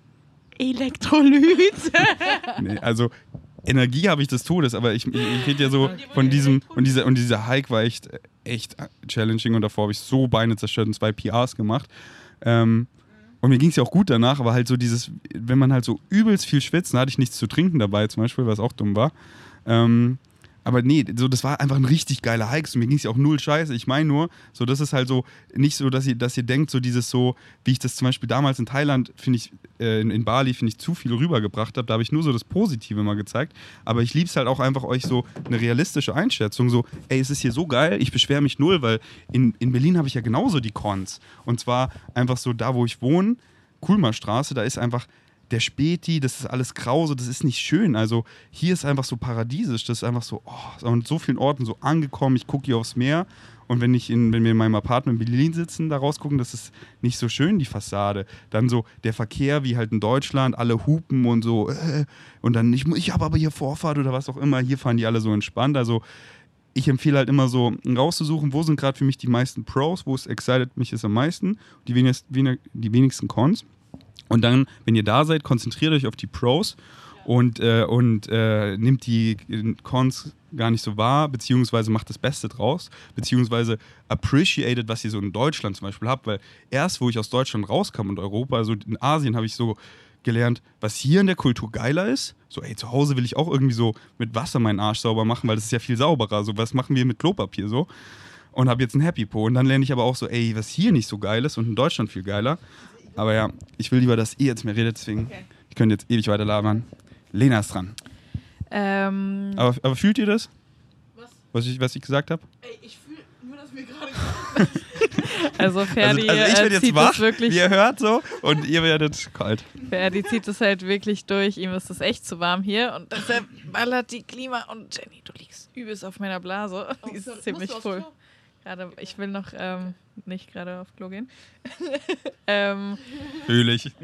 Elektrolyte. Nee, also Energie habe ich des Todes, aber ich, ich, ich rede ja so von diesem, und dieser, und dieser Hike war echt, echt challenging und davor habe ich so Beine zerstört und zwei P Rs gemacht. Ähm, Und mir ging es ja auch gut danach, aber halt so dieses, wenn man halt so übelst viel schwitzt, dann hatte ich nichts zu trinken dabei zum Beispiel, was auch dumm war. Ähm, aber nee, so, das war einfach ein richtig geiler Hike. So, mir ging es ja auch null scheiße. Ich meine nur, so, das ist halt so, nicht so, dass ihr, dass ihr denkt, so dieses so, wie ich das zum Beispiel damals in Thailand, finde ich, äh, in, in Bali, finde ich, zu viel rübergebracht habe. Da habe ich nur so das Positive mal gezeigt. Aber ich liebe es halt auch einfach, euch so eine realistische Einschätzung. So, ey, es ist hier so geil, ich beschwere mich null, weil in, in Berlin habe ich ja genauso die Cons. Und zwar einfach so da, wo ich wohne, Kulmerstraße, da ist einfach der Späti, das ist alles grau, so, das ist nicht schön. Also hier ist einfach so paradiesisch, das ist einfach so, oh, an so vielen Orten so angekommen, ich gucke hier aufs Meer und wenn, ich in, wenn wir in meinem Apartment in Berlin sitzen, da rausgucken, das ist nicht so schön, die Fassade. Dann so der Verkehr, wie halt in Deutschland, alle hupen und so, äh, und dann, ich, ich habe aber hier Vorfahrt oder was auch immer, hier fahren die alle so entspannt, also ich empfehle halt immer so rauszusuchen, wo sind gerade für mich die meisten Pros, wo es excited mich ist am meisten, die wenigsten, die wenigsten Cons. Und dann, wenn ihr da seid, konzentriert euch auf die Pros und, äh, und äh, nimmt die Cons gar nicht so wahr, beziehungsweise macht das Beste draus, beziehungsweise appreciated, was ihr so in Deutschland zum Beispiel habt, weil erst, wo ich aus Deutschland rauskam und Europa, also in Asien, habe ich so gelernt, was hier in der Kultur geiler ist. So, ey, zu Hause will ich auch irgendwie so mit Wasser meinen Arsch sauber machen, weil das ist ja viel sauberer. So, was machen wir mit Klopapier so? Und habe jetzt ein Happy Po. Und dann lerne ich aber auch so, ey, was hier nicht so geil ist und in Deutschland viel geiler. Aber ja, ich will lieber, dass ihr jetzt mehr redet, deswegen, okay. Ich könnte jetzt ewig weiter labern. Lena ist dran. Ähm. Aber, aber fühlt ihr das? Was? Was ich, was ich gesagt habe? Ey, ich fühle nur, dass mir gerade... Also Ferdi also, also ich werde äh, jetzt wach, wirklich, wie ihr hört, so, und ihr werdet kalt. Ferdi zieht es halt wirklich durch. Ihm ist es echt zu warm hier und deshalb ballert die Klima. Und Jenny, du liegst übelst auf meiner Blase. Oh, die ist sorry. ziemlich Musst du voll. aufs Klo? Gerade, ich will noch ähm, nicht gerade aufs Klo gehen. ähm, Fühle ich.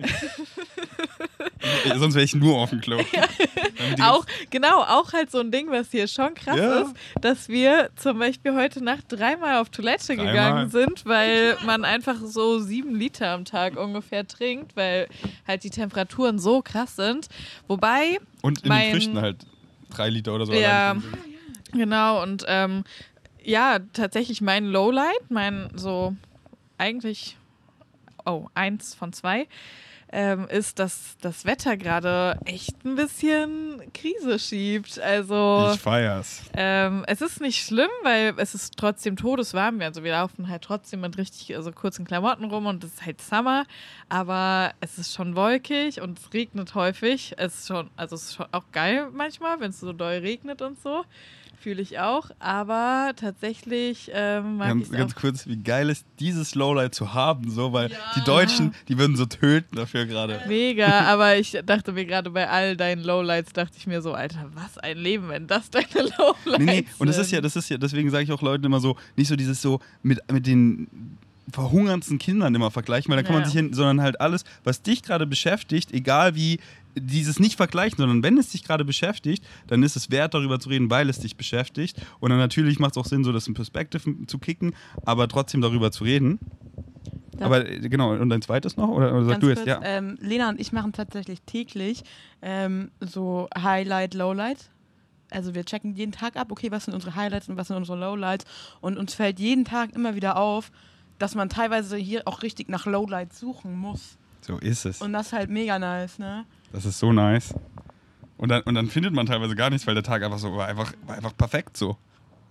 Sonst wäre ich nur auf dem Klo. Auch, genau, auch halt so ein Ding, was hier schon krass Ja. ist, dass wir zum Beispiel heute Nacht dreimal auf Toilette Dreimal. gegangen sind, weil man einfach so sieben Liter am Tag ungefähr trinkt, weil halt die Temperaturen so krass sind. Wobei Und in mein, den Früchten halt drei Liter oder so. Ja, allein sind. genau. Und ähm, ja, tatsächlich mein Lowlight, mein so eigentlich, oh, eins von zwei, ähm, ist, dass das Wetter gerade echt ein bisschen Krise schiebt. Also Ich feier's. ähm, es ist nicht schlimm, weil es ist trotzdem todeswarm. Also wir laufen halt trotzdem mit richtig also kurzen Klamotten rum und es ist halt Summer, aber es ist schon wolkig und es regnet häufig. Es ist schon, also es ist schon auch geil manchmal, wenn es so doll regnet und so. Fühle ich auch, aber tatsächlich ähm, mag Ganz, ich ganz auch. kurz, wie geil ist dieses Lowlight zu haben, so, weil Ja. die Deutschen, die würden so töten dafür gerade. Mega, aber ich dachte mir gerade bei all deinen Lowlights, dachte ich mir so, Alter, was ein Leben, wenn das deine Lowlights Nee, nee, und das sind. ist ja, das ist ja, deswegen sage ich auch Leuten immer so, nicht so dieses so mit, mit den verhungerndsten Kindern immer vergleichen, weil dann kann man Ja. sich hin, sondern halt alles, was dich gerade beschäftigt, egal wie, dieses nicht vergleichen, sondern wenn es dich gerade beschäftigt, dann ist es wert, darüber zu reden, weil es dich beschäftigt. Und dann natürlich macht es auch Sinn, so das in Perspective zu kicken, aber trotzdem darüber zu reden. Ja. Aber äh, genau, und ein zweites noch? Oder, oder sag Ganz du jetzt? kurz, Ja. ähm, Lena und ich machen tatsächlich täglich ähm, so Highlight, Lowlight. Also wir checken jeden Tag ab, okay, was sind unsere Highlights und was sind unsere Lowlights. Und uns fällt jeden Tag immer wieder auf, dass man teilweise hier auch richtig nach Lowlights suchen muss. So ist es. Und das ist halt mega nice, ne? Das ist so nice. Und dann, und dann findet man teilweise gar nichts, weil der Tag einfach so war, einfach, war einfach perfekt so.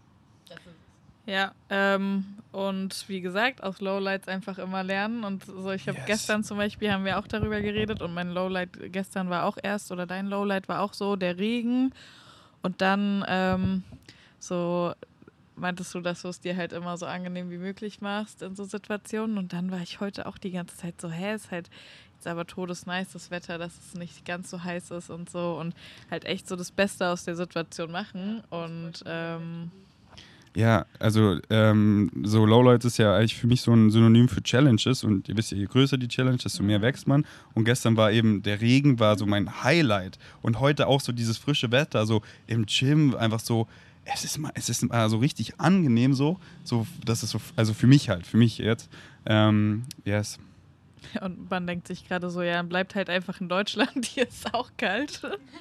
Ja, ähm, und wie gesagt, aus Lowlights einfach immer lernen. Und so, ich habe Yes. gestern zum Beispiel, haben wir auch darüber geredet und mein Lowlight gestern war auch erst, oder dein Lowlight war auch so, der Regen. Und dann ähm, so meintest du, dass du es dir halt immer so angenehm wie möglich machst in so Situationen. Und dann war ich heute auch die ganze Zeit so, hä, ist halt jetzt aber todesnice das Wetter, dass es nicht ganz so heiß ist und so. Und halt echt so das Beste aus der Situation machen. Und ähm, Ja, also ähm, so Lowlights ist ja eigentlich für mich so ein Synonym für Challenges und ihr wisst ja, je größer die Challenge, desto mehr wächst man und gestern war eben, der Regen war so mein Highlight und heute auch so dieses frische Wetter, so im Gym einfach so, es ist mal, es ist mal so richtig angenehm so, so, das ist so, also für mich halt, für mich jetzt, ähm, yes. Und man denkt sich gerade so, ja, bleibt halt einfach in Deutschland, hier ist auch kalt.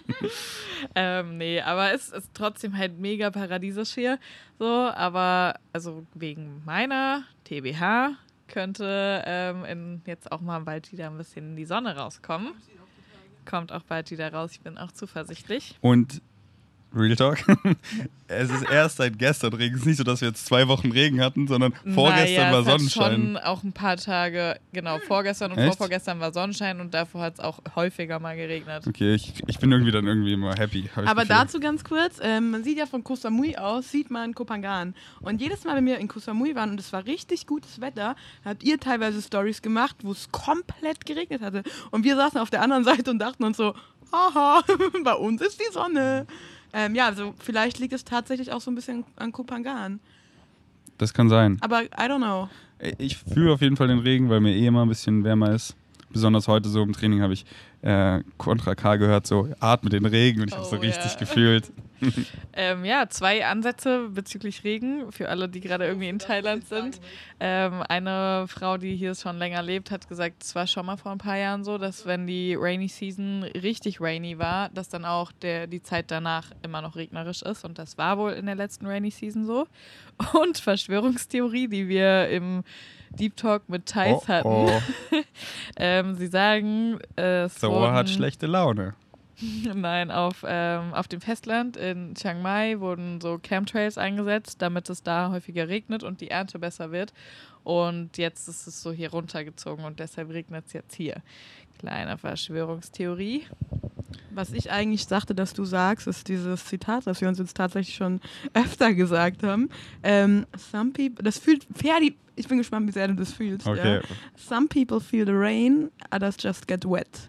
ähm, nee, aber es ist trotzdem halt mega paradiesisch hier. So, aber also wegen meiner T B H könnte ähm, in jetzt auch mal bald wieder ein bisschen in die Sonne rauskommen. Kommt auch bald wieder raus, ich bin auch zuversichtlich. Und Real Talk, es ist erst seit gestern Regen. Es ist nicht so, dass wir jetzt zwei Wochen Regen hatten, sondern vorgestern naja, war es hat Sonnenschein. schon auch ein paar Tage, genau, vorgestern und Echt? vorvorgestern war Sonnenschein und davor hat es auch häufiger mal geregnet. Okay, ich, ich bin irgendwie dann irgendwie immer happy. hab ich Aber Gefühl. dazu ganz kurz, ähm, man sieht ja von Koh Samui aus, sieht man Koh Phangan. Und jedes Mal, wenn wir in Koh Samui waren und es war richtig gutes Wetter, habt ihr teilweise Stories gemacht, wo es komplett geregnet hatte. Und wir saßen auf der anderen Seite und dachten uns so, aha, bei uns ist die Sonne. Ähm, ja, also vielleicht liegt es tatsächlich auch so ein bisschen an Koh Phangan. Das kann sein. Aber I don't know. Ich fühle auf jeden Fall den Regen, weil mir eh immer ein bisschen wärmer ist. Besonders heute so im Training habe ich äh, Contra K gehört, so atme den Regen und ich habe Oh, so richtig ja. gefühlt. ähm, ja, zwei Ansätze bezüglich Regen für alle, die gerade irgendwie in Thailand sind. Ähm, eine Frau, die hier schon länger lebt, hat gesagt, es war schon mal vor ein paar Jahren so, dass wenn die Rainy Season richtig rainy war, dass dann auch der, die Zeit danach immer noch regnerisch ist. Und das war wohl in der letzten Rainy Season so. Und Verschwörungstheorie, die wir im Deep Talk mit Thais oh, hatten. Oh. ähm, sie sagen, es Thor hat schlechte Laune. Nein, auf, ähm, auf dem Festland in Chiang Mai wurden so Chemtrails eingesetzt, damit es da häufiger regnet und die Ernte besser wird. Und jetzt ist es so hier runtergezogen und deshalb regnet es jetzt hier. Kleine Verschwörungstheorie. Was ich eigentlich dachte, dass du sagst, ist dieses Zitat, das wir uns jetzt tatsächlich schon öfter gesagt haben. Ähm, some people, das fühlt, Ferdi, ich bin gespannt, wie sehr du das fühlst. Okay. Ja. Some people feel the rain, others just get wet.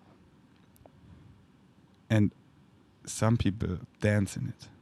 And some people dance in it.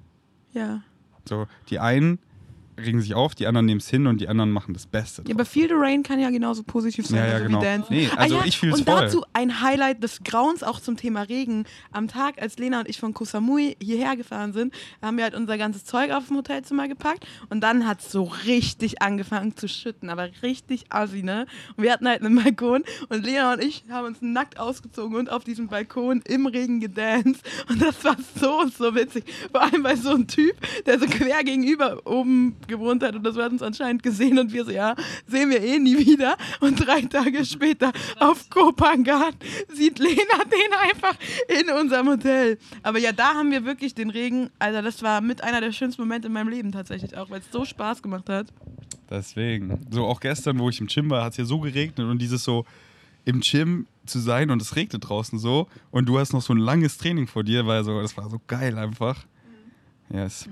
Ja. So, die einen regen sich auf, die anderen nehmen es hin und die anderen machen das Beste draus. Ja, aber Feel the Rain kann ja genauso positiv sein, Ja, ja, also genau. wie Dance. Nee, also ah, ja, ich fühl's und voll. Und dazu ein Highlight des Grauens auch zum Thema Regen. Am Tag, als Lena und ich von Koh Samui hierher gefahren sind, haben wir halt unser ganzes Zeug auf dem Hotelzimmer gepackt und dann hat es so richtig angefangen zu schütten, aber richtig assi, ne? Und wir hatten halt einen Balkon und Lena und ich haben uns nackt ausgezogen und auf diesem Balkon im Regen gedanced und das war so, so witzig. Vor allem bei so einem Typ, der so quer gegenüber oben gewohnt hat und das war uns anscheinend gesehen und wir so, ja, sehen wir eh nie wieder. Und drei Tage später auf Koh Phangan sieht Lena den einfach in unserem Hotel. Aber ja, da haben wir wirklich den Regen, also das war mit einer der schönsten Momente in meinem Leben tatsächlich auch, weil es so Spaß gemacht hat. Deswegen. So auch gestern, wo ich im Gym war, hat es ja so geregnet und dieses so im Gym zu sein und es regnet draußen so und du hast noch so ein langes Training vor dir, weil so, das war so geil einfach. Yes.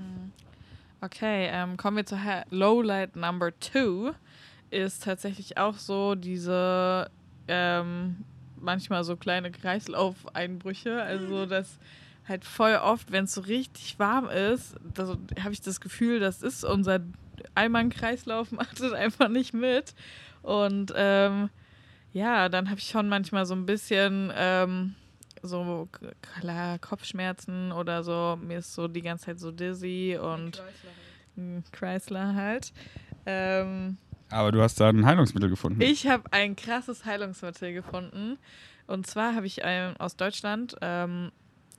Okay, ähm, kommen wir zu ha- Lowlight Number Two. Ist tatsächlich auch so diese ähm, manchmal so kleine Kreislaufeinbrüche. Also dass halt voll oft, wenn es so richtig warm ist, da habe ich das Gefühl, das ist unser Allmann-Kreislauf, macht es einfach nicht mit. Und ähm, ja, dann habe ich schon manchmal so ein bisschen ähm, so klar Kopfschmerzen oder so. Mir ist so die ganze Zeit so dizzy und ein Chrysler halt. Ähm, Aber du hast da ein Heilungsmittel gefunden. ich habe ein krasses Heilungsmittel gefunden. Und zwar habe ich ähm, aus Deutschland ähm,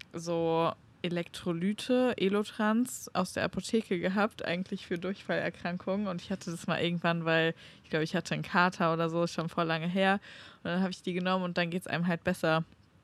so Elektrolyte, Elotrans aus der Apotheke gehabt, eigentlich für Durchfallerkrankungen. Und ich hatte das mal irgendwann, weil ich glaube, ich hatte einen Kater oder so, ist schon voll lange her. Und dann habe ich die genommen und dann geht es einem halt besser.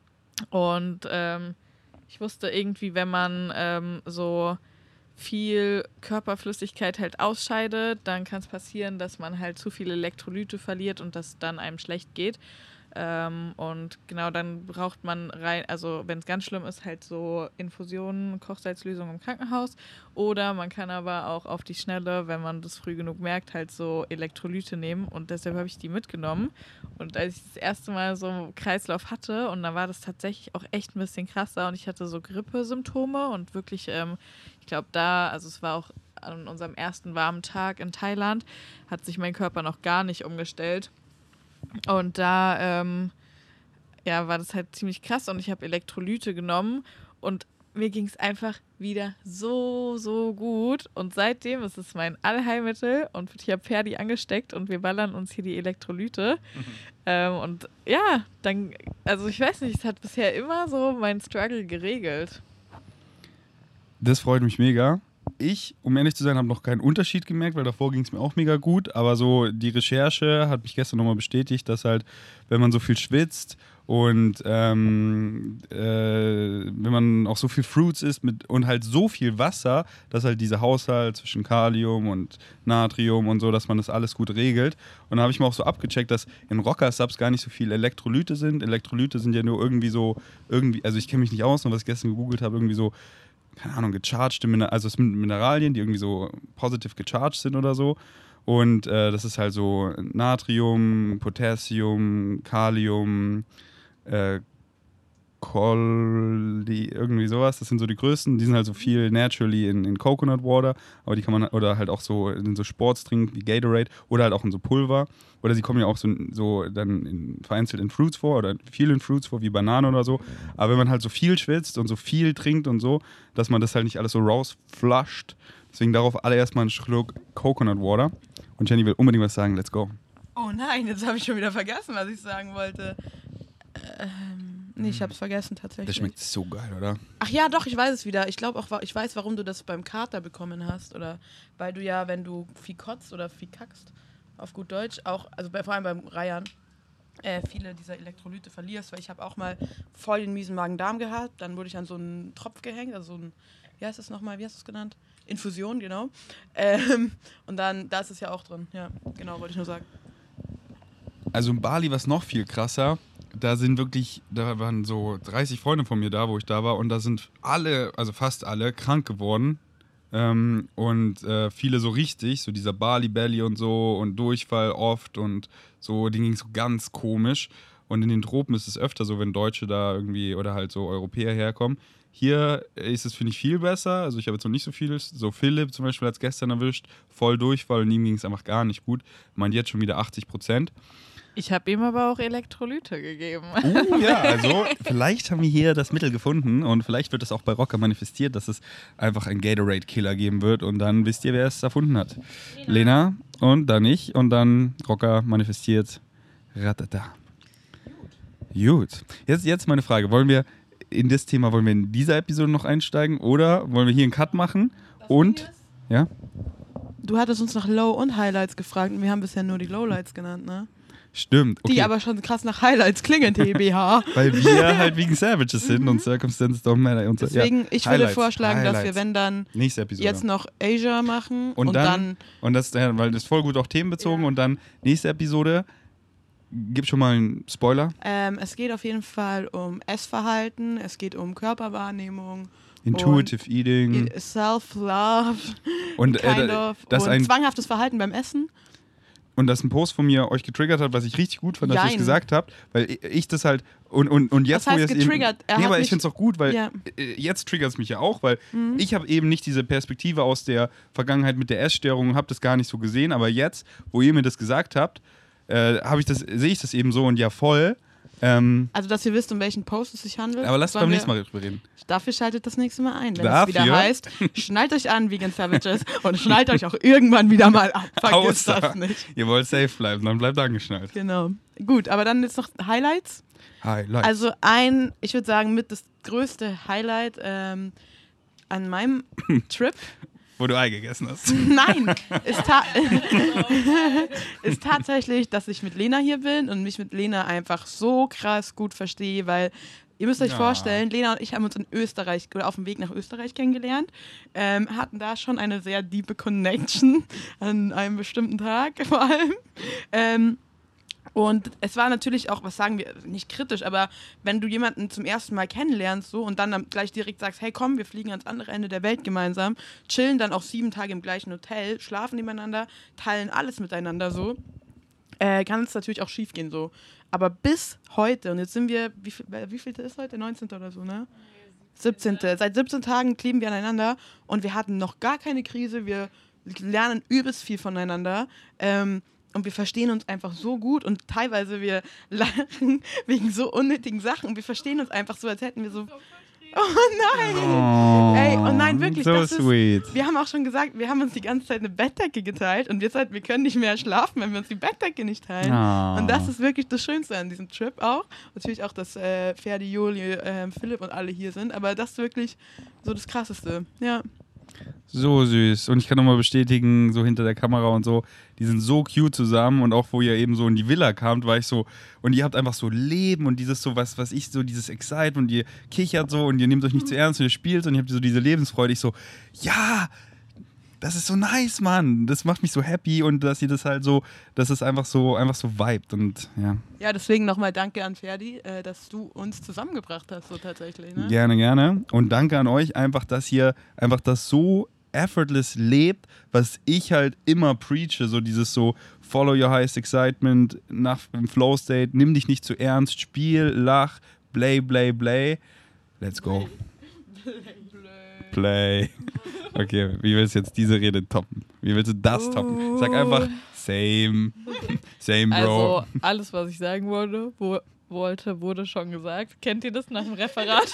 Und ähm, ich wusste irgendwie, wenn man ähm, so viel Körperflüssigkeit halt ausscheidet, dann kann es passieren, dass man halt zu viele Elektrolyte verliert und dass dann einem schlecht geht. Ähm, und genau dann braucht man rein, also wenn es ganz schlimm ist, halt so Infusionen, Kochsalzlösungen im Krankenhaus. Oder man kann aber auch auf die Schnelle, wenn man das früh genug merkt, halt so Elektrolyte nehmen. Und deshalb habe ich die mitgenommen. Und als ich das erste Mal so einen Kreislauf hatte, und dann war das tatsächlich auch echt ein bisschen krasser und ich hatte so Grippesymptome und wirklich, ähm, ich glaube da, also es war auch an unserem ersten warmen Tag in Thailand, hat sich mein Körper noch gar nicht umgestellt. Und da ähm, ja, war das halt ziemlich krass und ich habe Elektrolyte genommen und mir ging es einfach wieder so, so gut. Und seitdem ist es mein Allheilmittel und ich habe Ferdi angesteckt und wir ballern uns hier die Elektrolyte. Mhm. Ähm, und ja, dann, also ich weiß nicht, es hat bisher immer so mein Struggle geregelt. Das freut mich mega. Ich, um ehrlich zu sein, habe noch keinen Unterschied gemerkt, weil davor ging es mir auch mega gut. Aber so die Recherche hat mich gestern nochmal bestätigt, dass halt, wenn man so viel schwitzt und ähm, äh, wenn man auch so viel Fruits isst mit, und halt so viel Wasser, dass halt dieser Haushalt zwischen Kalium und Natrium und so, dass man das alles gut regelt. Und da habe ich mir auch so abgecheckt, dass in Rocker-Subs gar nicht so viel Elektrolyte sind. Elektrolyte sind ja nur irgendwie so, irgendwie, also ich kenne mich nicht aus, nur was ich gestern gegoogelt habe, irgendwie so, keine Ahnung, gecharged, also es sind Mineralien, die irgendwie so positiv gecharged sind oder so. Und äh, das ist halt so Natrium, Potassium, Kalium, äh, Colli, irgendwie sowas. Das sind so die größten. Die sind halt so viel naturally in, in Coconut Water, aber die kann man, oder halt auch so in so Sportstrinks wie Gatorade oder halt auch in so Pulver. Oder sie kommen ja auch so, so dann in, vereinzelt in Fruits vor oder viel in Fruits vor, wie Banane oder so. Aber wenn man halt so viel schwitzt und so viel trinkt und so, dass man das halt nicht alles so rausflusht. Deswegen darauf alle erstmal einen Schluck Coconut Water. Und Jenny will unbedingt was sagen. Let's go. Oh nein, jetzt habe ich schon wieder vergessen, was ich sagen wollte. Ähm, nee, ich habe es vergessen tatsächlich. Das schmeckt so geil, oder? Ach ja, doch, ich weiß es wieder. Ich glaube auch, ich weiß, warum du das beim Kater bekommen hast. Oder weil du ja, wenn du viel kotzt oder viel kackst, auf gut Deutsch, auch, also bei, vor allem beim Reihern, äh, viele dieser Elektrolyte verlierst, weil ich habe auch mal voll den miesen Magen-Darm gehabt. Dann wurde ich an so einen Tropf gehängt, also so ein, wie heißt das nochmal, wie hast du es genannt? Infusion, genau. Ähm, und dann, da ist es ja auch drin. Ja, genau, wollte ich nur sagen. Also in Bali war es noch viel krasser. Da sind wirklich, da waren so dreißig Freunde von mir da, wo ich da war. Und da sind alle, also fast alle, krank geworden. Ähm, und äh, viele so richtig, so dieser Bali-Belly und so und Durchfall oft und so, denen ging es so ganz komisch. Und in den Tropen ist es öfter so, wenn Deutsche da irgendwie oder halt so Europäer herkommen. Hier ist es, finde ich, viel besser. Also ich habe jetzt noch nicht so viel. So Philipp zum Beispiel hat es gestern erwischt, voll Durchfall und ihm ging es einfach gar nicht gut. Meint jetzt schon wieder achtzig Prozent. Ich habe ihm aber auch Elektrolyte gegeben. Uh, ja, also vielleicht haben wir hier das Mittel gefunden und vielleicht wird es auch bei Rocker manifestiert, dass es einfach einen Gatorade-Killer geben wird und dann wisst ihr, wer es erfunden hat. Lena, Lena und dann ich und dann Rocker manifestiert. Ratata. Gut. Gut. Jetzt, jetzt meine Frage. Wollen wir in das Thema, wollen wir in dieser Episode noch einsteigen oder wollen wir hier einen Cut machen? Das und, ja? Du hattest uns nach Low und Highlights gefragt und wir haben bisher nur die Lowlights genannt, ne? Stimmt. Okay. Die aber schon krass nach Highlights klingen, T B H. Weil wir halt wegen Savages sind und Circumstances don't matter. Und so. Deswegen, ja. ich Highlights. würde vorschlagen, Highlights. dass wir, wenn dann, jetzt noch Asia machen und, und dann, dann... Und das, weil das ist voll gut auch themenbezogen ja. Und dann nächste Episode, gib schon mal einen Spoiler. Ähm, es geht auf jeden Fall um Essverhalten, es geht um Körperwahrnehmung. Intuitive Eating. Self-Love. Und, kind äh, of. das und ein zwanghaftes Verhalten beim Essen. Und dass ein Post von mir euch getriggert hat, was ich richtig gut fand, dass ihr es Jein. gesagt habt, weil ich das halt und, und, und jetzt, was heißt wo ihr es getriggert? eben, Er nee, hat aber mich, ich finde es auch gut, weil ja. jetzt triggert es mich ja auch, weil mhm. ich habe eben nicht diese Perspektive aus der Vergangenheit mit der Essstörung und habe das gar nicht so gesehen, aber jetzt, wo ihr mir das gesagt habt, äh, habe ich das, sehe ich das eben so und ja voll. Ähm, also, dass ihr wisst, um welchen Post es sich handelt. Aber lasst beim nächsten Mal drüber reden. Dafür schaltet das nächste Mal ein, wenn Dafür? es wieder heißt, schnallt euch an, Vegan Savages, und schnallt euch auch irgendwann wieder mal ab. Vergesst Außer, das nicht. Ihr wollt safe bleiben, dann bleibt angeschnallt. Genau. Gut, aber dann jetzt noch Highlights. Highlights. Also ein, ich würde sagen, mit das größte Highlight ähm, an meinem Trip. Wo du Ei gegessen hast. Nein, ist, ta- ist tatsächlich, dass ich mit Lena hier bin und mich mit Lena einfach so krass gut verstehe, weil ihr müsst euch ja. vorstellen, Lena und ich haben uns in Österreich oder auf dem Weg nach Österreich kennengelernt, ähm, hatten da schon eine sehr diepe Connection an einem bestimmten Tag vor allem. Ähm, Und es war natürlich auch, was sagen wir, nicht kritisch, aber wenn du jemanden zum ersten Mal kennenlernst so und dann gleich direkt sagst, hey komm, wir fliegen ans andere Ende der Welt gemeinsam, chillen dann auch sieben Tage im gleichen Hotel, schlafen nebeneinander, teilen alles miteinander so, äh, kann es natürlich auch schief gehen so. Aber bis heute, und jetzt sind wir, wie viel, wie viel ist heute? Der neunzehnte oder so, ne? siebzehnte Seit siebzehn Tagen kleben wir aneinander und wir hatten noch gar keine Krise, wir lernen übelst viel voneinander, ähm, und wir verstehen uns einfach so gut und teilweise wir lachen wegen so unnötigen Sachen und wir verstehen uns einfach so, als hätten wir so... Oh nein! Oh, Ey, oh nein, wirklich. So das sweet. Ist, wir haben auch schon gesagt, wir haben uns die ganze Zeit eine Bettdecke geteilt und jetzt halt, wir können nicht mehr schlafen, wenn wir uns die Bettdecke nicht teilen. Oh. Und das ist wirklich das Schönste an diesem Trip auch. Natürlich auch, dass äh, Ferdi, Juli, äh, Philipp und alle hier sind, aber das ist wirklich so das Krasseste. Ja. So süß. Und ich kann nochmal bestätigen, so hinter der Kamera und so, die sind so cute zusammen und auch wo ihr eben so in die Villa kamt, war ich so, und ihr habt einfach so Leben und dieses so, was, was ich so, dieses Excitement und ihr kichert so und ihr nehmt euch nicht zu ernst und ihr spielt und ihr habt so diese Lebensfreude. Ich so, ja, das ist so nice, Mann. Das macht mich so happy und dass ihr das halt so, dass es einfach so, einfach so vibet und ja. Ja, deswegen nochmal danke an Ferdi, äh, dass du uns zusammengebracht hast, so tatsächlich. Ne? Gerne, gerne. Und danke an euch einfach, dass ihr einfach das so effortless lebt, was ich halt immer preache, so dieses so follow your highest excitement, nach im Flow State, nimm dich nicht zu ernst, spiel, lach, Blay, Blay, Blay. Let's go. Play. Okay, wie willst du jetzt diese Rede toppen? Wie willst du das toppen? Sag einfach same. Same, Bro. Also, alles, was ich sagen wollte, wo, wollte, wurde schon gesagt. Kennt ihr das nach dem Referat?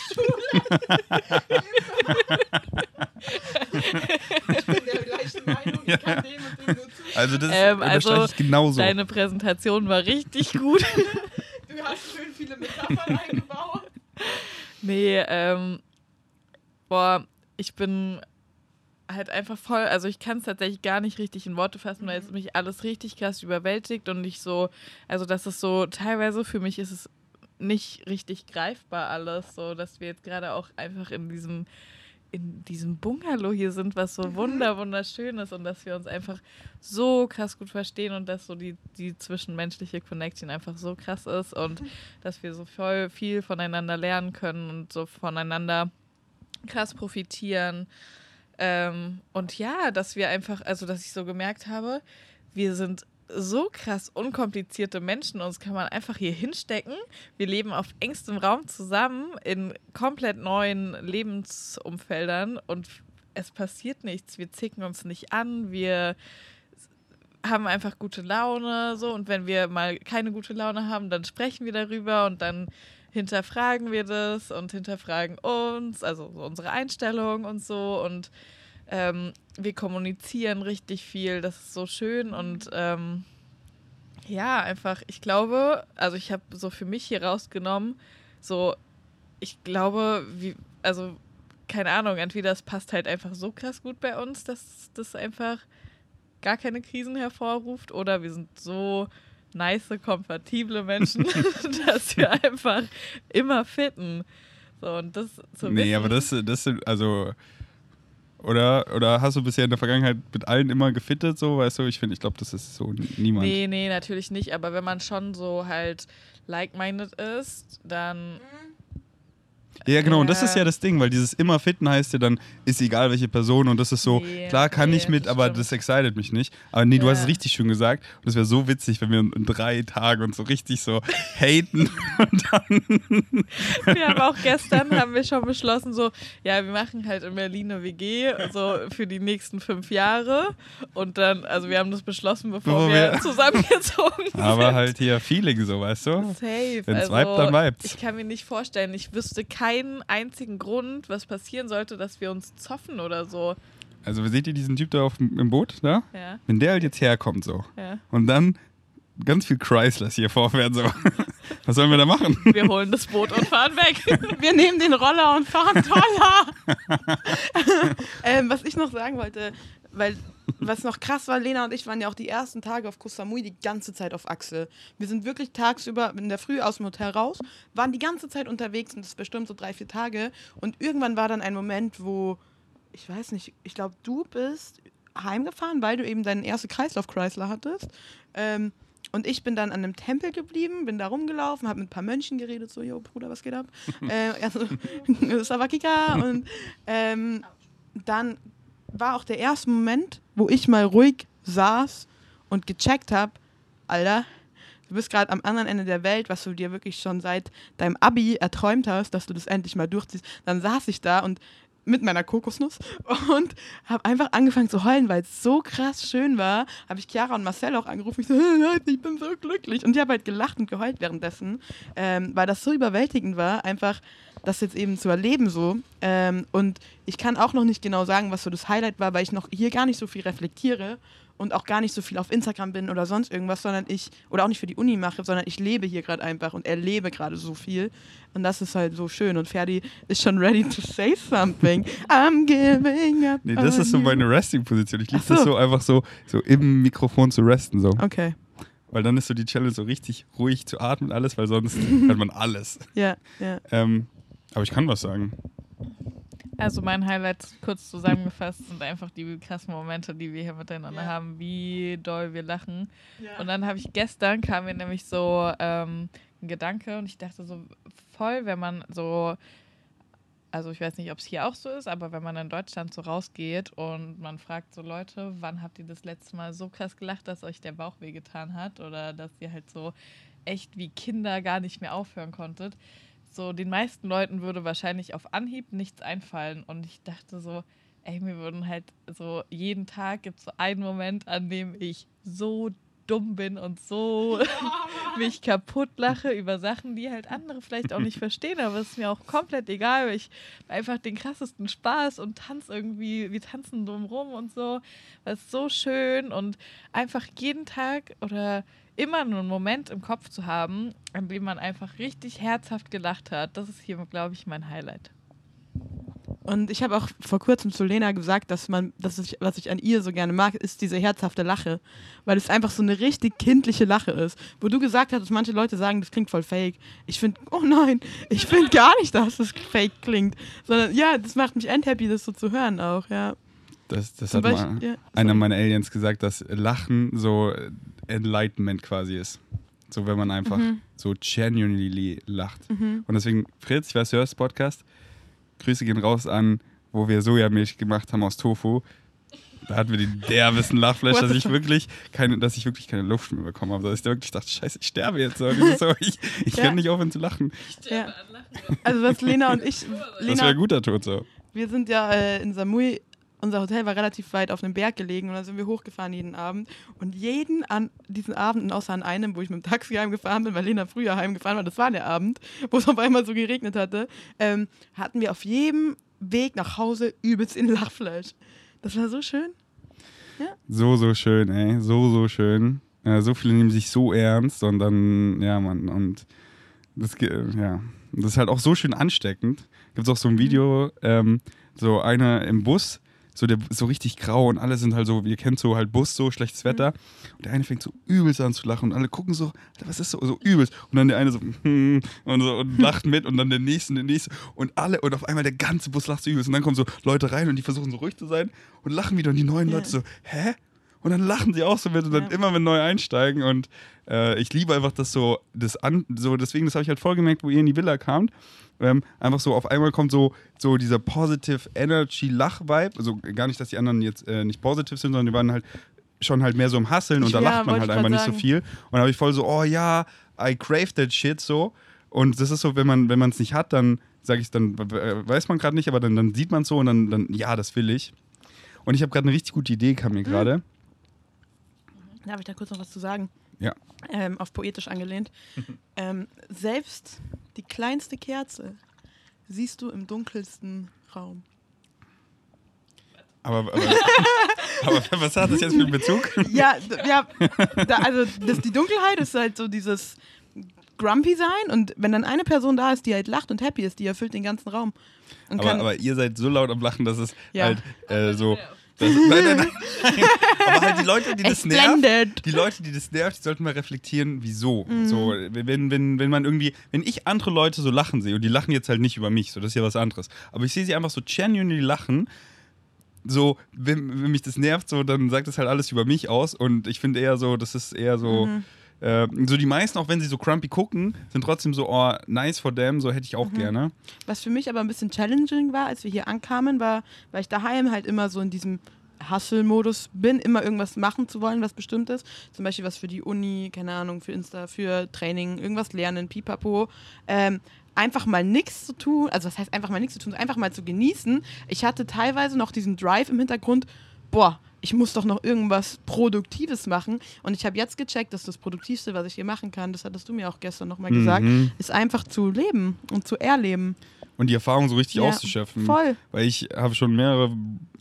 Ich bin der gleichen Meinung, ich kann dem und dem nur zustimmen. Also das ähm, unterstreiche also, ich genauso. Deine Präsentation war richtig gut. Du hast schön viele Metaphern eingebaut. Nee, ähm, boah, ich bin halt einfach voll, also ich kann es tatsächlich gar nicht richtig in Worte fassen, weil es mich alles richtig krass überwältigt und ich so, also das ist so, teilweise für mich ist es nicht richtig greifbar alles, so, dass wir jetzt gerade auch einfach in diesem, in diesem Bungalow hier sind, was so wunder, wunderschön ist und dass wir uns einfach so krass gut verstehen und dass so die, die zwischenmenschliche Connection einfach so krass ist und dass wir so voll viel voneinander lernen können und so voneinander krass profitieren. Ähm, und ja, dass wir einfach, also dass ich so gemerkt habe, wir sind so krass unkomplizierte Menschen, uns kann man einfach hier hinstecken. Wir leben auf engstem Raum zusammen in komplett neuen Lebensumfeldern und es passiert nichts. Wir zicken uns nicht an, wir haben einfach gute Laune, so, und wenn wir mal keine gute Laune haben, dann sprechen wir darüber und dann hinterfragen wir das und hinterfragen uns, also so unsere Einstellung und so und ähm, wir kommunizieren richtig viel, das ist so schön und ähm, ja, einfach, ich glaube, also ich habe so für mich hier rausgenommen, so, ich glaube, wie, also keine Ahnung, entweder es passt halt einfach so krass gut bei uns, dass das einfach gar keine Krisen hervorruft oder wir sind so nice, kompatible Menschen, dass wir einfach immer fitten. So, und das zu Nee, wissen, aber das, das sind, also, oder, oder hast du bisher in der Vergangenheit mit allen immer gefittet, so, weißt du, ich finde, ich glaube, das ist so niemand. Nee, nee, natürlich nicht, aber wenn man schon so halt like-minded ist, dann Ja, genau, und das Ja. ist ja das Ding, weil dieses immer fitten heißt ja dann, ist egal welche Person und das ist so, Nee, klar kann nee, ich mit, das aber stimmt. das excited mich nicht. Aber nee, du Ja. hast es richtig schön gesagt und es wäre so witzig, wenn wir in, in drei Tagen uns so richtig so haten und dann... wir haben auch gestern, haben wir schon beschlossen, so, ja, wir machen halt in Berlin eine W G, so für die nächsten fünf Jahre und dann, also wir haben das beschlossen, bevor Bevor wir, wir- zusammengezogen sind. Aber halt hier Feeling so, weißt du? Safe. Wenn's also, vibet, dann vibet's. Ich kann mir nicht vorstellen, ich wüsste keinen einzigen Grund, was passieren sollte, dass wir uns zoffen oder so. Also seht ihr diesen Typ da auf, dem- im Boot, da? Ja, Wenn der halt jetzt herkommt so ja. und dann ganz viel Chryslers hier vorfährt so, was sollen wir da machen? Wir holen das Boot und fahren weg. Wir nehmen den Roller und fahren Toller. ähm, was ich noch sagen wollte, weil was noch krass war, Lena und ich waren ja auch die ersten Tage auf Koh Samui die ganze Zeit auf Achse. Wir sind wirklich tagsüber in der Früh aus dem Hotel raus, waren die ganze Zeit unterwegs und das bestimmt so drei, vier Tage. Und irgendwann war dann ein Moment, wo, ich weiß nicht, ich glaube, du bist heimgefahren, weil du eben deinen ersten Kreislauf-Chrysler hattest. Ähm, und ich bin dann an einem Tempel geblieben, bin da rumgelaufen, habe mit ein paar Mönchen geredet, so, yo, Bruder, was geht ab? äh, also, Savakika. Und ähm, dann war auch der erste Moment, wo ich mal ruhig saß und gecheckt habe, Alter, du bist gerade am anderen Ende der Welt, was du dir wirklich schon seit deinem Abi erträumt hast, dass du das endlich mal durchziehst. Dann saß ich da und mit meiner Kokosnuss und habe einfach angefangen zu heulen, weil es so krass schön war. Habe ich Chiara und Marcel auch angerufen. Ich so, hey, Leute, ich bin so glücklich. Und ich habe halt gelacht und geheult währenddessen, ähm, weil das so überwältigend war, einfach das jetzt eben zu erleben so. Ähm, und ich kann auch noch nicht genau sagen, was so das Highlight war, weil ich noch hier gar nicht so viel reflektiere und auch gar nicht so viel auf Instagram bin oder sonst irgendwas, sondern ich, oder auch nicht für die Uni mache, sondern ich lebe hier gerade einfach und erlebe gerade so viel. Und das ist halt so schön. Und Ferdi ist schon ready to say something. I'm giving up. Nee, das on ist so you. meine Resting-Position. Ich liebe Ach so. das so einfach so, so im Mikrofon zu resten so. Okay, Weil dann ist so die Challenge so richtig ruhig zu atmen alles, weil sonst hört man alles. ja, ja. Ähm, aber ich kann was sagen. Also mein Highlight, kurz zusammengefasst, sind einfach die krassen Momente, die wir hier miteinander Ja. haben, wie doll wir lachen. Ja. Und dann habe ich gestern, kam mir nämlich so ähm, ein Gedanke und ich dachte so voll, wenn man so, also ich weiß nicht, ob es hier auch so ist, aber wenn man in Deutschland so rausgeht und man fragt so Leute, wann habt ihr das letzte Mal so krass gelacht, dass euch der Bauch wehgetan hat oder dass ihr halt so echt wie Kinder gar nicht mehr aufhören konntet, so den meisten Leuten würde wahrscheinlich auf Anhieb nichts einfallen. Und ich dachte so, ey, mir würden halt so jeden Tag gibt es so einen Moment, an dem ich so dumm bin und so mich kaputt lache über Sachen, die halt andere vielleicht auch nicht verstehen, aber es ist mir auch komplett egal, weil ich einfach den krassesten Spaß und tanz irgendwie, wir tanzen drumrum und so, das ist so schön und einfach jeden Tag oder immer nur einen Moment im Kopf zu haben, an dem man einfach richtig herzhaft gelacht hat, das ist hier, glaube ich, mein Highlight. Und ich habe auch vor kurzem zu Lena gesagt, dass man, dass ich, was ich an ihr so gerne mag, ist diese herzhafte Lache. Weil es einfach so eine richtig kindliche Lache ist. Wo du gesagt hast, dass manche Leute sagen, das klingt voll fake. Ich finde, oh nein, ich finde gar nicht, dass das fake klingt. Sondern ja, das macht mich endhappy, das so zu hören auch, ja. Das, das Zum hat Beispiel, mal ja, einer sorry. meiner Aliens gesagt, dass Lachen so Enlightenment quasi ist. So, wenn man einfach Mhm. so genuinely lacht. Mhm. Und deswegen, Fritz, ich weiß, du hörst Podcast. Grüße gehen raus an, wo wir Sojamilch gemacht haben aus Tofu. Da hatten wir die derbesten Lachflash, What dass the ich fuck? wirklich keine, dass ich wirklich keine Luft mehr bekommen habe. Dass ich da wirklich dachte, scheiße, ich sterbe jetzt. So, dieses so, ich ich Ja. kann nicht aufhören zu lachen. Ja. Also was Lena und ich, Das wäre Lena, ein guter Tod so. wir sind ja äh, in Samui, unser Hotel war relativ weit auf einem Berg gelegen und da sind wir hochgefahren jeden Abend. Und jeden an diesen Abenden, außer an einem, wo ich mit dem Taxi heimgefahren bin, weil Lena früher heimgefahren war, das war der Abend, wo es auf einmal so geregnet hatte, ähm, hatten wir auf jedem Weg nach Hause übelst in Lachflash. Das war so schön. So, so schön, ey. So, so schön. Ja, so viele nehmen sich so ernst und dann, ja, man, und das, ge- ja, das ist halt auch so schön ansteckend. Gibt es auch so ein Video, ähm, so einer im Bus, so der ist so richtig grau und alle sind halt so, ihr kennt so halt Bus, so schlechtes Wetter. Und der eine fängt so übelst an zu lachen und alle gucken so, Alter, was ist so, so übelst. Und dann der eine so, hm, und so und lacht mit und dann der nächste und der nächste und alle und auf einmal der ganze Bus lacht so übelst. Und dann kommen so Leute rein und die versuchen so ruhig zu sein und lachen wieder und die neuen Ja. Leute so, hä? Und dann lachen sie auch so mit und dann Ja. immer wenn neu einsteigen und äh, ich liebe einfach das so, das an, so deswegen, das habe ich halt voll gemerkt, wo ihr in die Villa kamt. Ähm, einfach so, auf einmal kommt so, so dieser Positive Energy Lach-Vibe. Also gar nicht, dass die anderen jetzt äh, nicht positive sind, sondern die waren halt schon halt mehr so im Hustlen und Ich- da ja, lacht man wollte halt ich einfach grad nicht so sagen. viel. Und dann habe ich voll so, oh ja, I crave that shit so. Und das ist so, wenn man wenn man es nicht hat, dann sage ich, dann äh, weiß man gerade nicht, aber dann, dann sieht man es so und dann, dann, ja, das will ich. Und ich habe gerade eine richtig gute Idee, kam mir gerade. Darf ich da kurz noch was zu sagen? Ja. Ähm, auf poetisch angelehnt. ähm, selbst die kleinste Kerze siehst du im dunkelsten Raum. Aber, aber, aber was hat das jetzt für einen Bezug? Ja, d- ja da, also das, die Dunkelheit ist halt so dieses Grumpy sein und wenn dann eine Person da ist, die halt lacht und happy ist, die erfüllt den ganzen Raum. Und Aber, kann, aber ihr seid so laut am Lachen, dass es Ja. halt äh, so. Das, nein, nein, nein. Aber halt die Leute, die das nervt, Splendid. die Leute, die das nervt, die sollten mal reflektieren, wieso. Mhm. So, wenn, wenn, wenn man irgendwie, wenn ich andere Leute so lachen sehe, und die lachen jetzt halt nicht über mich, so, das ist ja was anderes. Aber ich sehe sie einfach so genuinely lachen, so, wenn, wenn mich das nervt, so, dann sagt das halt alles über mich aus. Und ich finde eher so, das ist eher so. Mhm. Äh, so die meisten, auch wenn sie so crumpy gucken, sind trotzdem so, oh, nice for them, so hätte ich auch Mhm. gerne. Was für mich aber ein bisschen challenging war, als wir hier ankamen, war, weil ich daheim halt immer so in diesem Hustle-Modus bin, immer irgendwas machen zu wollen, was bestimmt ist. Zum Beispiel was für die Uni, keine Ahnung, für Insta, für Training, irgendwas lernen, pipapo. Ähm, einfach mal nichts zu tun, also was heißt einfach mal nichts zu tun, einfach mal zu genießen. Ich hatte teilweise noch diesen Drive im Hintergrund, boah, ich muss doch noch irgendwas Produktives machen. Und ich habe jetzt gecheckt, dass das Produktivste, was ich hier machen kann, das hattest du mir auch gestern nochmal gesagt, Mhm. ist einfach zu leben und zu erleben. Und die Erfahrung so richtig Ja, auszuschöpfen. Voll. Weil ich habe schon mehrere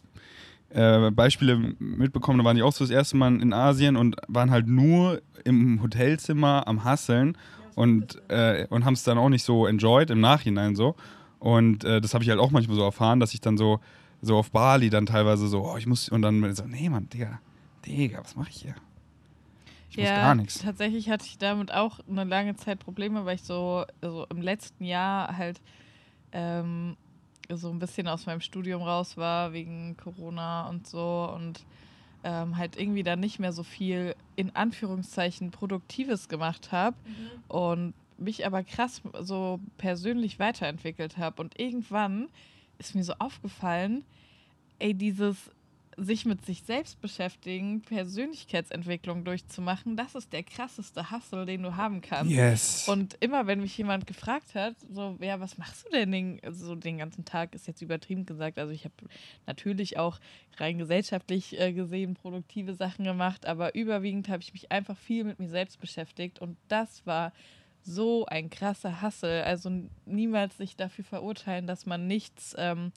äh, Beispiele mitbekommen, da waren die auch so das erste Mal in Asien und waren halt nur im Hotelzimmer am Hustlen und, äh, und haben es dann auch nicht so enjoyed im Nachhinein so. Und äh, das habe ich halt auch manchmal so erfahren, dass ich dann so, so auf Bali dann teilweise so, oh, ich muss, und dann so, nee, Mann, Digga, Digga, was mache ich hier? Ich muss gar nichts. Tatsächlich hatte ich damit auch eine lange Zeit Probleme, weil ich so, so im letzten Jahr halt ähm, so ein bisschen aus meinem Studium raus war wegen Corona und so und ähm, halt irgendwie dann nicht mehr so viel in Anführungszeichen Produktives gemacht habe und mich aber krass so persönlich weiterentwickelt habe. Und irgendwann ist mir so aufgefallen, ey, dieses sich mit sich selbst beschäftigen, Persönlichkeitsentwicklung durchzumachen, das ist der krasseste Hustle, den du haben kannst. Yes. Und immer, wenn mich jemand gefragt hat, so, ja, was machst du denn den, so den ganzen Tag, ist jetzt übertrieben gesagt, also ich habe natürlich auch rein gesellschaftlich äh, gesehen produktive Sachen gemacht, aber überwiegend habe ich mich einfach viel mit mir selbst beschäftigt und das war so ein krasser Hustle, also niemals sich dafür verurteilen, dass man nichts ähm,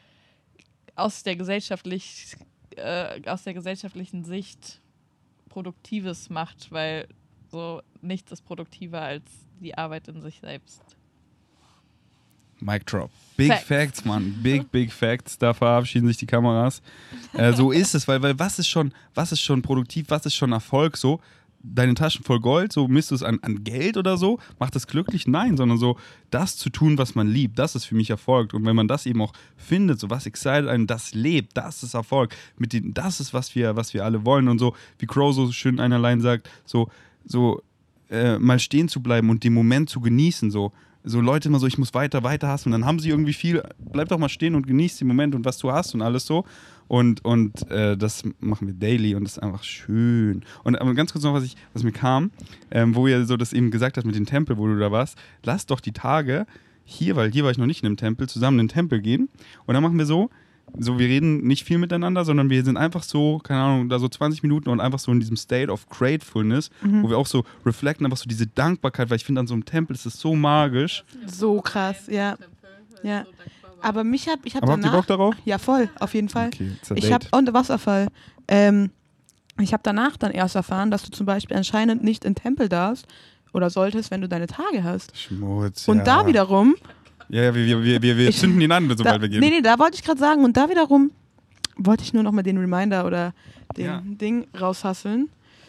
aus der gesellschaftlich äh, aus der gesellschaftlichen Sicht Produktives macht, weil so nichts ist produktiver als die Arbeit in sich selbst. Mic drop. Big Facts. Facts, Mann. Big, big Facts. Da verabschieden sich die Kameras. Äh, so ist es, weil, weil was ist schon, was ist schon produktiv, was ist schon Erfolg so? Deine Taschen voll Gold, so misst du es an, an Geld oder so? Macht das glücklich? Nein, sondern so das zu tun, was man liebt, das ist für mich Erfolg. Und wenn man das eben auch findet, so was excited einen, das lebt, das ist Erfolg. Mit den, das ist, was wir, was wir alle wollen. Und so, wie Crow so schön einer Line sagt, so, so äh, mal stehen zu bleiben und den Moment zu genießen, so. So Leute immer so, ich muss weiter, weiter hassen. Und dann haben sie irgendwie viel, bleib doch mal stehen und genieß den Moment und was du hast und alles so. Und, und äh, das machen wir daily und das ist einfach schön. Und aber ganz kurz noch, was, ich, was mir kam, ähm, wo ihr so das eben gesagt hast mit dem Tempel, wo du da warst. Lass doch die Tage hier, weil hier war ich noch nicht in einem Tempel, zusammen in den Tempel gehen. Und dann machen wir so, so wir reden nicht viel miteinander, sondern wir sind einfach so, keine Ahnung, da so zwanzig Minuten und einfach so in diesem State of Gratefulness, mhm. wo wir auch so reflekten, einfach so diese Dankbarkeit, weil ich finde, an so einem Tempel ist es so magisch. So krass, ja. Ja. Aber mich hat, ich habe Aber habt ihr Bock darauf? Ja, voll, auf jeden Fall. Okay, ich habe und Wasserfall. Ähm, ich habe danach dann erst erfahren, dass du zum Beispiel anscheinend nicht in den Tempel darfst oder solltest, wenn du deine Tage hast. Schmutz, Und ja. da wiederum... Ja, ja, wir, wir, wir, wir zünden ihn an, sobald da, wir gehen. Nee, nee, da wollte ich gerade sagen. Und da wiederum wollte ich nur noch mal den Reminder oder den Ja. Ding raushasseln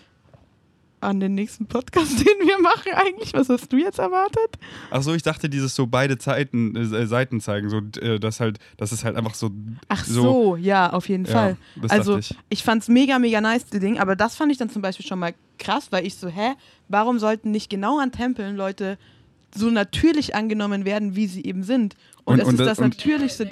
an den nächsten Podcast, den wir machen eigentlich. Was hast du jetzt erwartet? Ach so, ich dachte, dieses so beide Zeiten, äh, Seiten zeigen, so, äh, dass halt, das ist halt einfach so. Ach so, so ja, auf jeden ja, Fall. das Also dachte ich. ich fand's mega, mega nice, die Ding, aber das fand ich dann zum Beispiel schon mal krass, weil ich so, hä, warum sollten nicht genau an Tempeln Leute so natürlich angenommen werden, wie sie eben sind? Und, Und- es und ist das- das und- Natürlichste.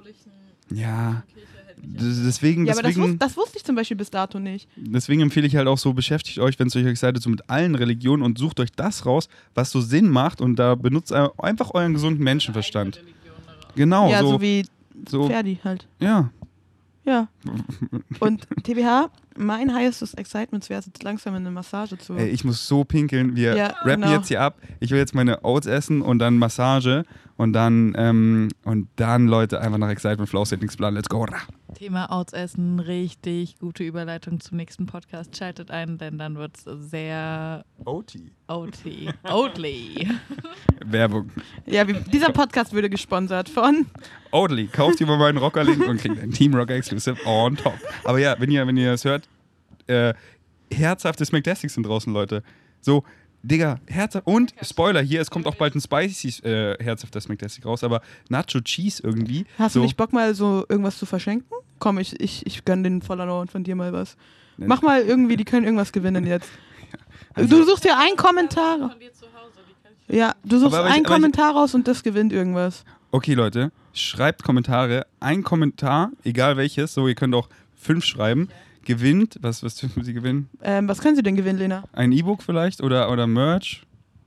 Ja. Deswegen, Ja, aber das, deswegen, wus- das wusste ich zum Beispiel bis dato nicht. deswegen empfehle ich halt auch so, beschäftigt euch, wenn es euch excited, so mit allen Religionen und sucht euch das raus, was so Sinn macht und da benutzt einfach euren gesunden Menschenverstand. Genau, ja, so, so, wie so, Ferdi halt. ja. Ja. Und T B H, mein highestes Excitement wäre es jetzt langsam in eine Massage zu. Ey, ich muss so pinkeln. Wir Ja, rappen genau. jetzt hier ab. Ich will jetzt meine Oats essen und dann Massage und dann, ähm, und dann Leute, einfach nach Excitement Flow Settings-Plan. Let's go. Thema Outs essen, richtig gute Überleitung zum nächsten Podcast. Schaltet ein, denn dann wird es sehr O T. O T. Oatly. Werbung. Ja, wie, dieser Podcast würde gesponsert von. Oatly. Kauft ihr mal meinen Rocker-Link und kriegt ein Team Rocker Exclusive on top. Aber ja, wenn ihr, wenn ihr das hört, äh, herzhafte Smackdastics sind draußen, Leute. So, Digga, herzhaft. Und, Spoiler, hier, es kommt auch bald ein spicy äh, herzhafter Smackdastic raus, aber Nacho Cheese irgendwie. Hast so, du nicht Bock, mal so irgendwas zu verschenken? Komm, ich, ich, ich gönn den Followern von dir mal was. Ne. Mach mal irgendwie, die können irgendwas gewinnen jetzt. Also- Du suchst dir einen Kommentar. Von dir zu Hause, die kann ich Ja, du suchst Aber- aber ich- einen aber ich- Kommentar raus und das gewinnt irgendwas. Okay, Leute, schreibt Kommentare. Ein Kommentar, egal welches, so, ihr könnt auch fünf schreiben. Gewinnt, was, was dürfen Sie gewinnen? Ähm, was können sie denn gewinnen, Lena? Ein E-Book vielleicht oder, oder Merch?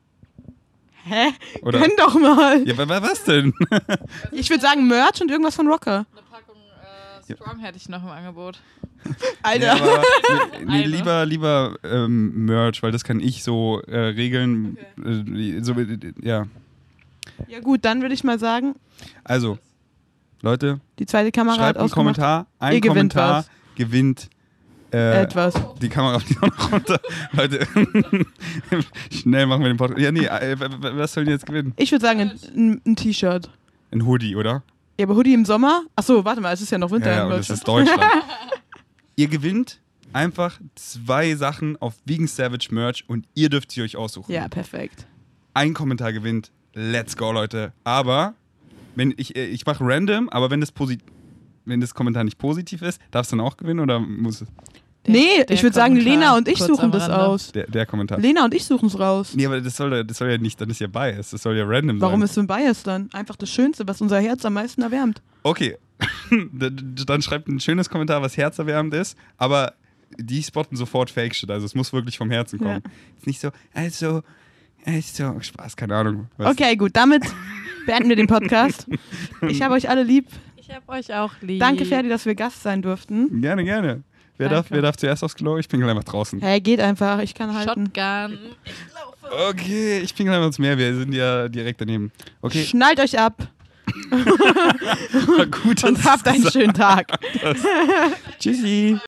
Hä? Oder, Gönn doch mal. ja, wa- wa- was denn? Ich würde sagen Merch und irgendwas von Rocker. Eine Packung äh, Strong hätte ich noch im Angebot. Alter. Ja, aber, nee, nee, Eine. lieber, lieber ähm, Merch, weil das kann ich so äh, regeln. Äh, so, äh, ja. Ja gut, dann würde ich mal sagen, Also, Leute, die zweite Kamera hat schreibt einen ausgemacht. Kommentar. Ein Ihr gewinnt Kommentar was. gewinnt äh, Etwas. die Kamera auf die auch noch runter. Leute, schnell machen wir den Podcast. Ja, nee, äh, w- w- was sollen die jetzt gewinnen? Ich würde sagen, ein, ein, ein T-Shirt. Ein Hoodie, oder? Ja, aber Hoodie im Sommer? Achso, warte mal, es ist ja noch Winter Ja, ja, in und das Deutschland. ist Deutschland. Ihr gewinnt einfach zwei Sachen auf Vegan Savage Merch und ihr dürft sie euch aussuchen. Ja, perfekt. Ein Kommentar gewinnt. Let's go, Leute. Aber, wenn ich, äh, ich mache random, aber wenn das, posi- wenn das Kommentar nicht positiv ist, darfst du dann auch gewinnen oder muss es Der- nee, der ich würde sagen, Kommentar, Lena und ich kurz suchen am das Rande. aus. der, der Kommentar? Lena und ich suchen es raus. Nee, aber das soll, ja- das soll ja nicht, dann ist ja Bias. Das soll ja random Warum sein. ist so ein Bias dann? Einfach das Schönste, was unser Herz am meisten erwärmt. Okay. dann schreibt ein schönes Kommentar, was herzerwärmend ist, aber die spotten sofort Fake-Shit, also es muss wirklich vom Herzen kommen. Ja. Ist nicht so, also, also, Spaß, keine Ahnung. Okay, gut, damit beenden wir den Podcast. Ich habe euch alle lieb. Ich habe euch auch lieb. Danke, Ferdi, dass wir Gast sein durften. Gerne, gerne. Wer darf, wer darf zuerst aufs Klo? Ich bin gleich einfach draußen. Hey, geht einfach, ich kann halten. Shotgun. Ich laufe. Okay, ich bin gleich ins Meer, wir sind ja direkt daneben. Okay. Schnallt euch ab. Gut, und habt einen schönen Tag. Tschüssi.